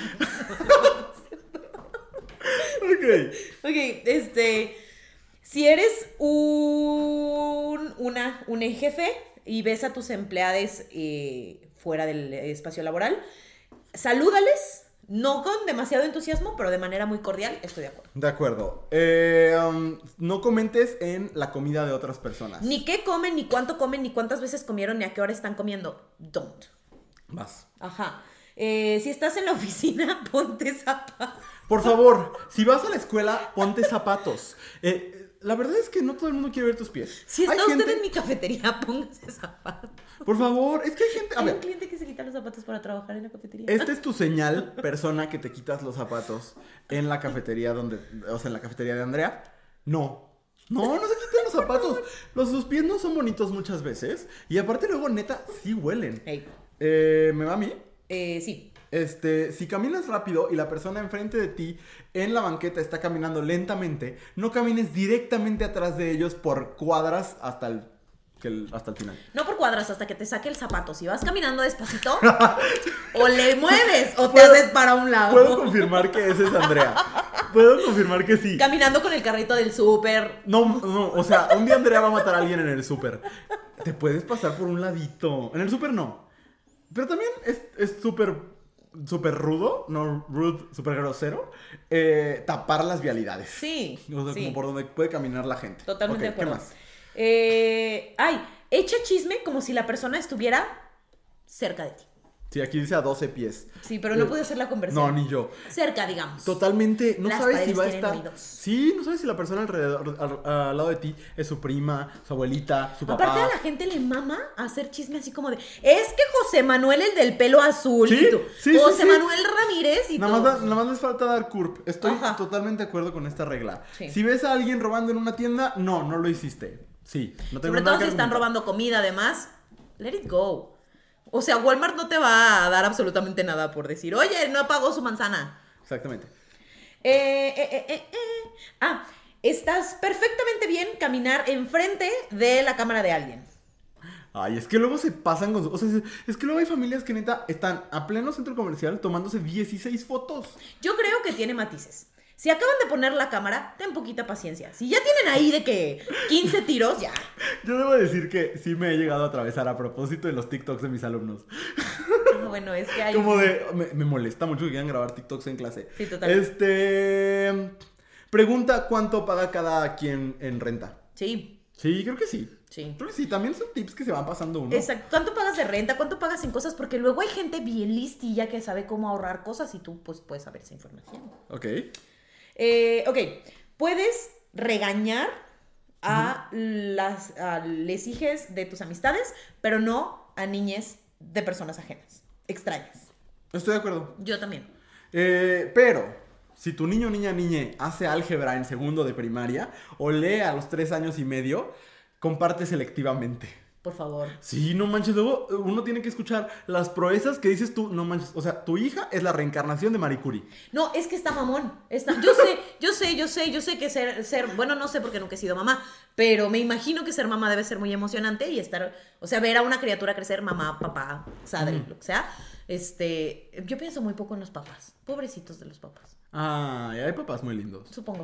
Ok. Si eres un jefe y ves a tus empleados fuera del espacio laboral, salúdales, no con demasiado entusiasmo, pero de manera muy cordial, estoy de acuerdo. De acuerdo. No comentes en la comida de otras personas. Ni qué comen, ni cuántas veces comieron, ni a qué hora están comiendo. Don't. Vas. Ajá. Si estás en la oficina, ponte zapatos. Por favor, si vas a la escuela, ponte zapatos. La verdad es que no todo el mundo quiere ver tus pies. Si está Hay usted gente- en mi cafetería, póngase zapatos. Por favor, es que hay gente... A Hay un ver, cliente que se quita los zapatos para trabajar en la cafetería. esta es tu señal, persona, que te quitas los zapatos en la cafetería en la cafetería de Andrea. No se quiten los zapatos. Sus pies no son bonitos muchas veces. Y aparte luego, neta, sí huelen. Hey. ¿Me va a mí? Sí. Si caminas rápido y la persona enfrente de ti en la banqueta está caminando lentamente, no camines directamente atrás de ellos por cuadras hasta el final. No por cuadras, hasta que te saque el zapato. Si vas caminando despacito, o le mueves o te haces para un lado. Puedo confirmar que ese es Andrea. Puedo confirmar que sí. Caminando con el carrito del súper. No, o sea, un día Andrea va a matar a alguien en el súper. Te puedes pasar por un ladito. En el súper no. Pero también es súper rudo, no rude, súper grosero, tapar las vialidades. Sí. O sea, sí. como por donde puede caminar la gente. Totalmente Ok, de acuerdo. ¿Qué más? Echa chisme como si la persona estuviera cerca de ti. Sí, aquí dice a 12 pies. Sí, pero no pude hacer la conversión. No, ni yo. Cerca, digamos. Totalmente, no Las sabes si paredes va a tienen estar. oídos. Sí, no sabes si la persona alrededor, al lado de ti es su prima, su abuelita, su papá. Aparte a la gente le mama hacer chisme así como de, es que José Manuel, el del pelo azul, Sí, y tú, sí, sí, José sí. Manuel Ramírez y Nada todo. más les falta dar curp. Estoy Ajá. totalmente de acuerdo con esta regla. Sí. Si ves a alguien robando en una tienda, no lo hiciste. Sí, no tengo Sobre nada todo que si están argumentar. robando comida, además, let it go. O sea, Walmart no te va a dar absolutamente nada por decir, oye, no pagó su manzana. Exactamente. Estás perfectamente bien caminar enfrente de la cámara de alguien. Ay, es que luego se pasan con... O sea, es que luego hay familias que neta están a pleno centro comercial tomándose 16 fotos. Yo creo que tiene matices. Si acaban de poner la cámara, ten poquita paciencia. Si ya tienen ahí de que 15 tiros, ya. Yo debo decir que sí me he llegado a atravesar a propósito en los TikToks de mis alumnos. Bueno, es que hay... Como de... Me molesta mucho que quieran grabar TikToks en clase. Sí, total. Pregunta cuánto paga cada quien en renta. Sí, Sí, creo que sí. sí. Creo que sí, también son tips que se van pasando uno. Exacto. ¿Cuánto pagas de renta? ¿Cuánto pagas en cosas? Porque luego hay gente bien listilla que sabe cómo ahorrar cosas y tú pues puedes saber esa información. Ok. Ok, puedes regañar a les hijes de tus amistades, pero no a niñes de personas ajenas, extrañas. Estoy de acuerdo. Yo también. Pero, si tu niño, niñe hace álgebra en segundo de primaria o lee a los 3 años y medio, comparte selectivamente. Por favor. Sí, no manches, luego uno tiene que escuchar las proezas que dices tú, no manches, o sea, tu hija es la reencarnación de Marie Curie. No, es que está mamón. Yo sé que ser, bueno, no sé porque nunca he sido mamá, pero me imagino que ser mamá debe ser muy emocionante y estar, o sea, ver a una criatura crecer, mamá, papá, sadre, lo que sea. Yo pienso muy poco en los papás. Pobrecitos de los papás, Ay, hay papás muy lindos. supongo.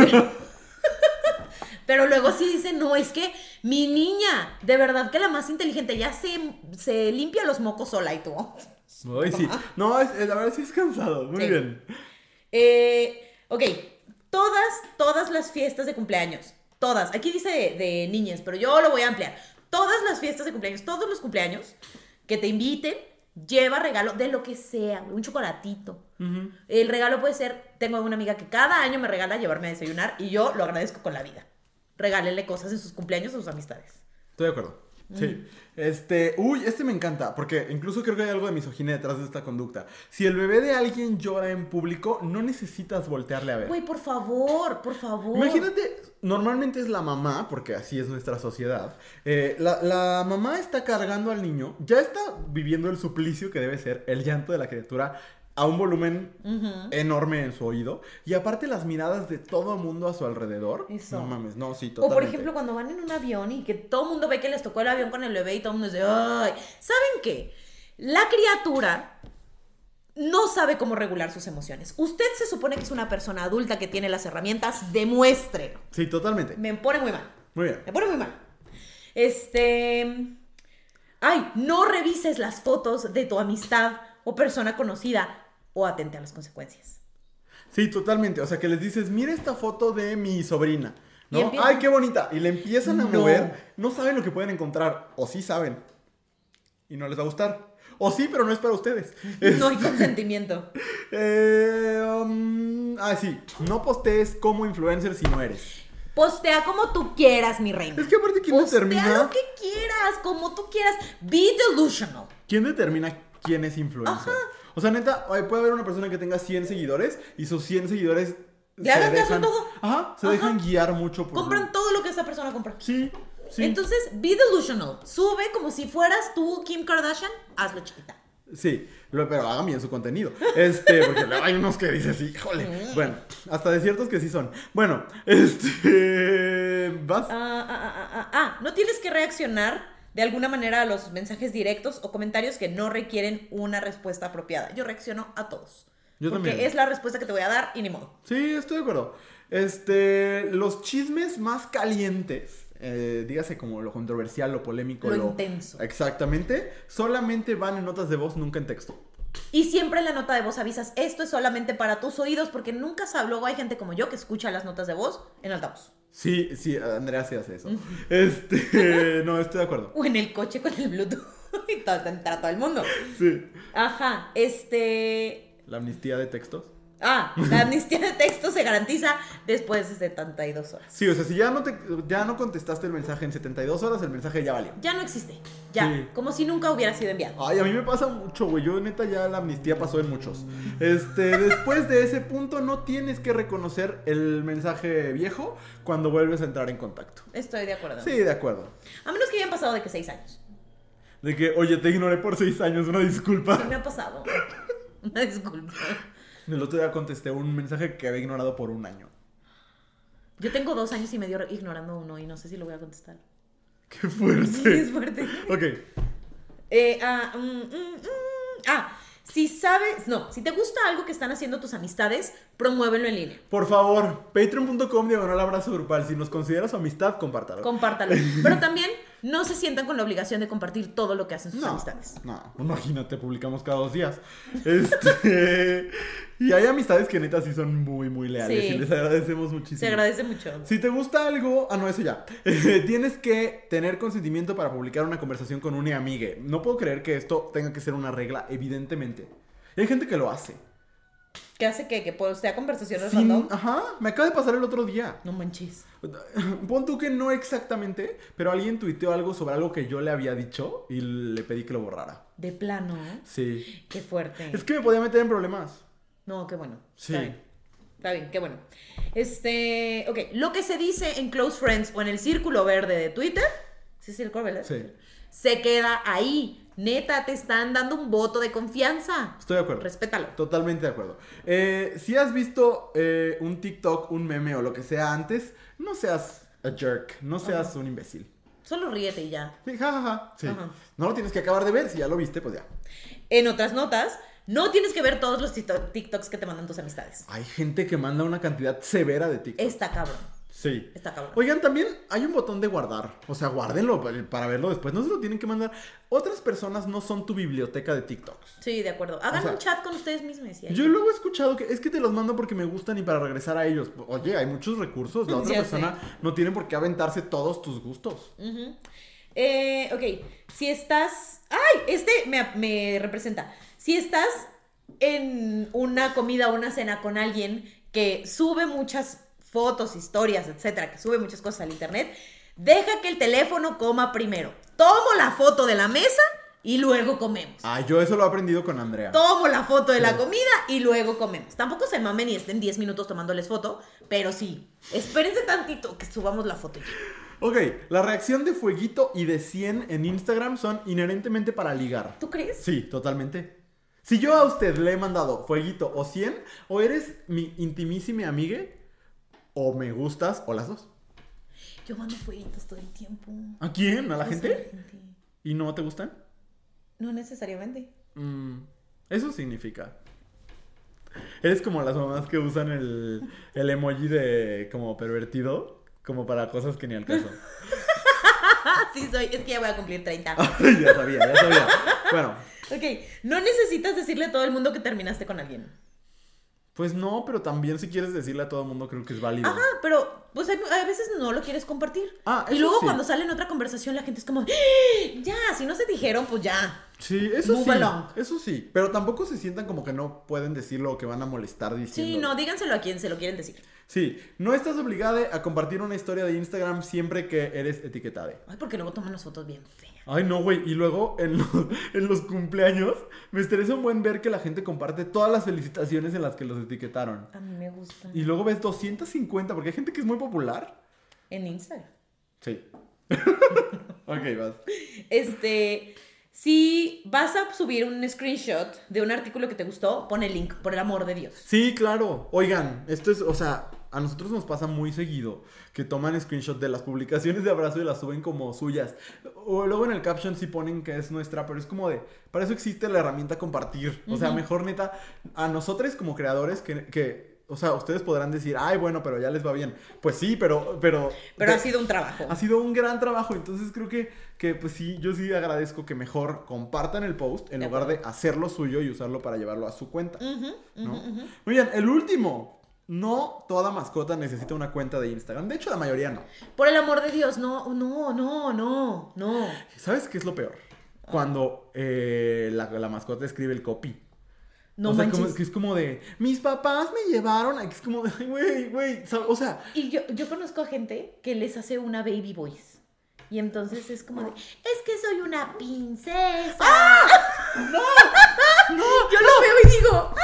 Pero luego sí dicen, no, es que mi niña, de verdad que la más inteligente, ya se limpia los mocos sola y tú. Ay, sí. No, la verdad sí es cansado. Muy Sí. bien. Ok, todas las fiestas de cumpleaños, todas, aquí dice de niñas, pero yo lo voy a ampliar. Todas las fiestas de cumpleaños, todos los cumpleaños que te inviten, lleva regalo de lo que sea, un chocolatito. El regalo puede ser, tengo una amiga que cada año me regala llevarme a desayunar y yo lo agradezco con la vida. Regálenle cosas en sus cumpleaños a sus amistades. Estoy de acuerdo. Sí. Este me encanta, porque incluso creo que hay algo de misoginia detrás de esta conducta. Si el bebé de alguien llora en público, no necesitas voltearle a ver. Güey, por favor, por favor. Imagínate, normalmente es la mamá, porque así es nuestra sociedad. La mamá está cargando al niño, ya está viviendo el suplicio que debe ser el llanto de la criatura a un volumen enorme en su oído. Y aparte las miradas de todo el mundo a su alrededor. Eso. No mames, no, sí, O totalmente. por ejemplo, cuando van en un avión y que todo el mundo ve que les tocó el avión con el bebé y todo el mundo dice, ay, ¿saben qué? La criatura no sabe cómo regular sus emociones. Usted se supone que es una persona adulta que tiene las herramientas, demuéstrelo. Sí, totalmente. Me pone muy mal. Muy bien. Me pone muy mal. Ay, no revises las fotos de tu amistad o persona conocida o atente a las consecuencias. Sí, totalmente. O sea, que les dices, mira esta foto de mi sobrina, Y ¿no? empiezan- ¡Ay, qué bonita! Y le empiezan a No. mover. No saben lo que pueden encontrar. O sí saben. Y no les va a gustar. O sí, pero no es para ustedes. No hay consentimiento. Sí. No postees como influencer si no eres. Postea como tú quieras, mi reina. Es que aparte, ¿quién Postea determina? lo que quieras, como tú quieras. Be delusional. ¿Quién determina quién es influencer? O sea, neta, puede haber una persona que tenga 100 seguidores y sus 100 seguidores Le hagan caso a todo. Se dejan guiar mucho por... Compran todo lo que esa persona compra. Sí, sí. Entonces, be delusional. Sube como si fueras tú, Kim Kardashian. Hazlo chiquita. Sí, pero hagan bien su contenido. Porque luego hay unos que dices, híjole. Bueno, hasta de ciertos que sí son. Bueno, vas. No tienes que reaccionar de alguna manera a los mensajes directos o comentarios que no requieren una respuesta apropiada. Yo reacciono a todos. Yo porque también. es la respuesta que te voy a dar y ni modo. Sí, estoy de acuerdo. Los chismes más calientes, dígase como lo controversial, lo polémico, Lo intenso. Exactamente, solamente van en notas de voz, nunca en texto. Y siempre en la nota de voz avisas, esto es solamente para tus oídos, porque nunca sabes, luego hay gente como yo que escucha las notas de voz en altavoz. Sí, Andrea sí hace eso. No, estoy de acuerdo. O en el coche con el Bluetooth. Y entra todo el mundo. Sí. Ajá, La amnistía de textos. la amnistía de texto se garantiza después de 72 horas. Sí, o sea, si ya no contestaste el mensaje en 72 horas, el mensaje ya valió. Ya no existe. Ya. Sí. Como si nunca hubiera sido enviado. Ay, a mí me pasa mucho, güey. Yo, neta, ya la amnistía pasó en muchos. Después de ese punto, no tienes que reconocer el mensaje viejo cuando vuelves a entrar en contacto. Estoy de acuerdo. Sí, de acuerdo. A menos que hayan pasado de que 6 años. De que, oye, te ignoré por 6 años, una disculpa. Sí me ha pasado. Una disculpa. El otro día contesté un mensaje que había ignorado por 1 año. Yo tengo 2 años y medio ignorando uno y no sé si lo voy a contestar. ¡Qué fuerte! Sí, es fuerte. Ok. Si te gusta algo que están haciendo tus amistades, promuévelo en línea. Por favor, patreon.com/abrazo grupal. Si nos consideras su amistad, compártalo. Compártalo. Pero también no se sientan con la obligación de compartir todo lo que hacen sus amistades. No, imagínate, publicamos cada 2 días. Y hay amistades que neta sí son muy, muy leales. Sí. Y les agradecemos muchísimo. Se agradece mucho. Si te gusta algo, eso ya. Tienes que tener consentimiento para publicar una conversación con una amiga. No puedo creer que esto tenga que ser una regla, evidentemente. Y hay gente que lo hace. ¿Qué hace que postea conversaciones Sin- random? Ajá, me acaba de pasar el otro día. No manches. Pon tú que no exactamente, pero alguien tuiteó algo sobre algo que yo le había dicho y le pedí que lo borrara. De plano. Sí. Qué fuerte. Es que me podía meter en problemas. No, qué bueno. Sí. Está bien. Está bien, qué bueno. Ok, lo que se dice en Close Friends o en el círculo verde de Twitter, ¿sí es el círculo verde? Sí. Se queda ahí. Neta, te están dando un voto de confianza. Estoy de acuerdo. Respétalo. Totalmente de acuerdo. Si has visto un TikTok, un meme o lo que sea antes, no seas a jerk, no seas un imbécil. Solo ríete y ya. Sí, jajaja. Sí. Ajá. No lo tienes que acabar de ver, si ya lo viste, pues ya. En otras notas, no tienes que ver todos los TikToks que te mandan tus amistades. Hay gente que manda una cantidad severa de TikTok. Está cabrón. Sí. Está cabrón. Oigan, también hay un botón de guardar. O sea, guárdenlo para verlo después. No se lo tienen que mandar. Otras personas no son tu biblioteca de TikToks. Sí, de acuerdo. Hagan O sea, un chat con ustedes mismos. Yo luego he escuchado que es que te los mando porque me gustan y para regresar a ellos. Oye, hay muchos recursos. La otra Ya persona no tiene por qué aventarse todos tus gustos. Ok, si estás... ¡Ay! Me representa. Si estás en una comida o una cena con alguien que sube muchas fotos, historias, etcétera, que sube muchas cosas al internet, deja que el teléfono coma primero. Tomo la foto de la mesa y luego comemos. Yo eso lo he aprendido con Andrea. Tomo la foto de la comida y luego comemos. Tampoco se mamen y estén 10 minutos tomándoles foto, pero sí, espérense tantito que subamos la foto ya. Ok, la reacción de fueguito y de 100 en Instagram son inherentemente para ligar. ¿Tú crees? Sí, totalmente. Si yo a usted le he mandado fueguito o 100, o eres mi intimísima amiga, o me gustas, o las dos. Yo mando fueguitos todo el tiempo. ¿A quién? ¿A la No sé, gente? ¿Y no te gustan? No necesariamente. Eso significa. Eres como las mamás que usan el emoji de como pervertido, como para cosas que ni al caso. Sí soy, es que ya voy a cumplir 30. Ya sabía. Bueno, Ok, no necesitas decirle a todo el mundo que terminaste con alguien. pues no, pero también si quieres decirle a todo el mundo creo que es válido. Ajá, pero pues a veces no lo quieres compartir. Eso y luego sí. cuando sale en otra conversación la gente es como, ¡Ah! Ya, si no se dijeron, pues ya. Sí, eso Move sí. along. Eso sí. Pero tampoco se sientan como que no pueden decirlo o que van a molestar diciendo. Sí, no, díganselo a quien se lo quieren decir. Sí, no estás obligada a compartir una historia de Instagram siempre que eres etiquetada. Ay, porque luego toman las fotos bien feas. Ay, no, güey. Y luego en los cumpleaños me estresa un buen ver que la gente comparte todas las felicitaciones en las que los etiquetaron. A mí me gusta. Y luego ves 250, porque hay gente que es muy popular. En Instagram. Sí. Ok, vas. Si vas a subir un screenshot de un artículo que te gustó, pon el link, por el amor de Dios. Sí, claro. Oigan, esto es, o sea, a nosotros nos pasa muy seguido que toman screenshot de las publicaciones de Abrazo y las suben como suyas. O luego en el caption sí ponen que es nuestra, pero es como de, para eso existe la herramienta compartir. O sea, mejor neta, a nosotros como creadores o sea, ustedes podrán decir, ay, bueno, pero ya les va bien. Pues sí, pero ha sido un trabajo. Ha sido un gran trabajo. Entonces creo que pues sí, yo sí agradezco que mejor compartan el post en lugar de hacerlo suyo y usarlo para llevarlo a su cuenta. ¿No? Muy bien, el último. No toda mascota necesita una cuenta de Instagram. De hecho, la mayoría no. Por el amor de Dios, no. ¿Sabes qué es lo peor? Cuando la mascota escribe el copy. No o sea, manches. que es como de, mis papás me llevaron. Es como de, güey. O sea. Y yo conozco a gente que les hace una baby voice. Y entonces es como de, es que soy una princesa. ¡Ah! ¡No! Yo lo veo y digo,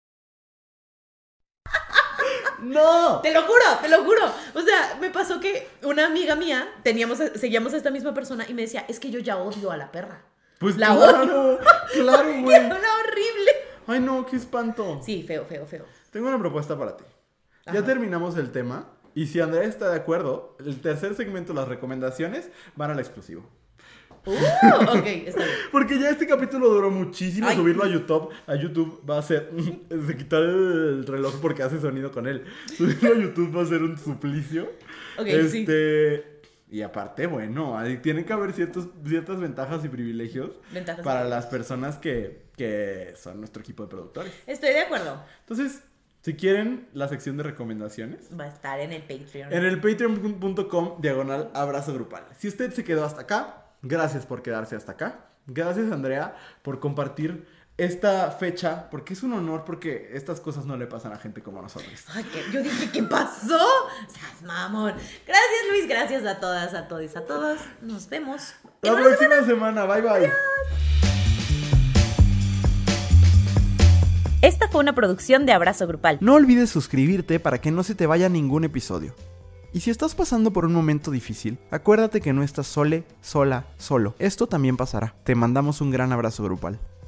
¡No! te lo juro. O sea, me pasó que una amiga mía, seguíamos a esta misma persona y me decía, es que yo ya odio a la perra. Pues la claro, claro, güey. Era horrible. Ay, no, qué espanto. Sí, feo. Tengo una propuesta para ti. Ajá. Ya terminamos el tema. Y si Andrea está de acuerdo, el tercer segmento, las recomendaciones, van al exclusivo. Ok, está bien. Porque ya este capítulo duró muchísimo. Ay. Subirlo a YouTube va a ser... Se quitar el reloj porque hace sonido con él. Subirlo a YouTube va a ser un suplicio. Ok, sí. Y aparte, bueno, ahí tienen que haber ciertas ventajas y privilegios para las personas que son nuestro equipo de productores. Estoy de acuerdo. Entonces, si quieren la sección de recomendaciones, Va a estar en el Patreon. en el patreon.com/abrazo grupal. Si usted se quedó hasta acá, gracias por quedarse hasta acá. Gracias, Andrea, por compartir esta fecha, porque es un honor, porque estas cosas no le pasan a gente como nosotros. Ay, yo dije, ¿qué pasó? ¡Sas mamón! Gracias, Luis. Gracias a todas, a todos, a todos. Nos vemos. La próxima semana. Bye, bye. Esta fue una producción de Abrazo Grupal. No olvides suscribirte para que no se te vaya ningún episodio. Y si estás pasando por un momento difícil, acuérdate que no estás solo. Esto también pasará. Te mandamos un gran abrazo grupal.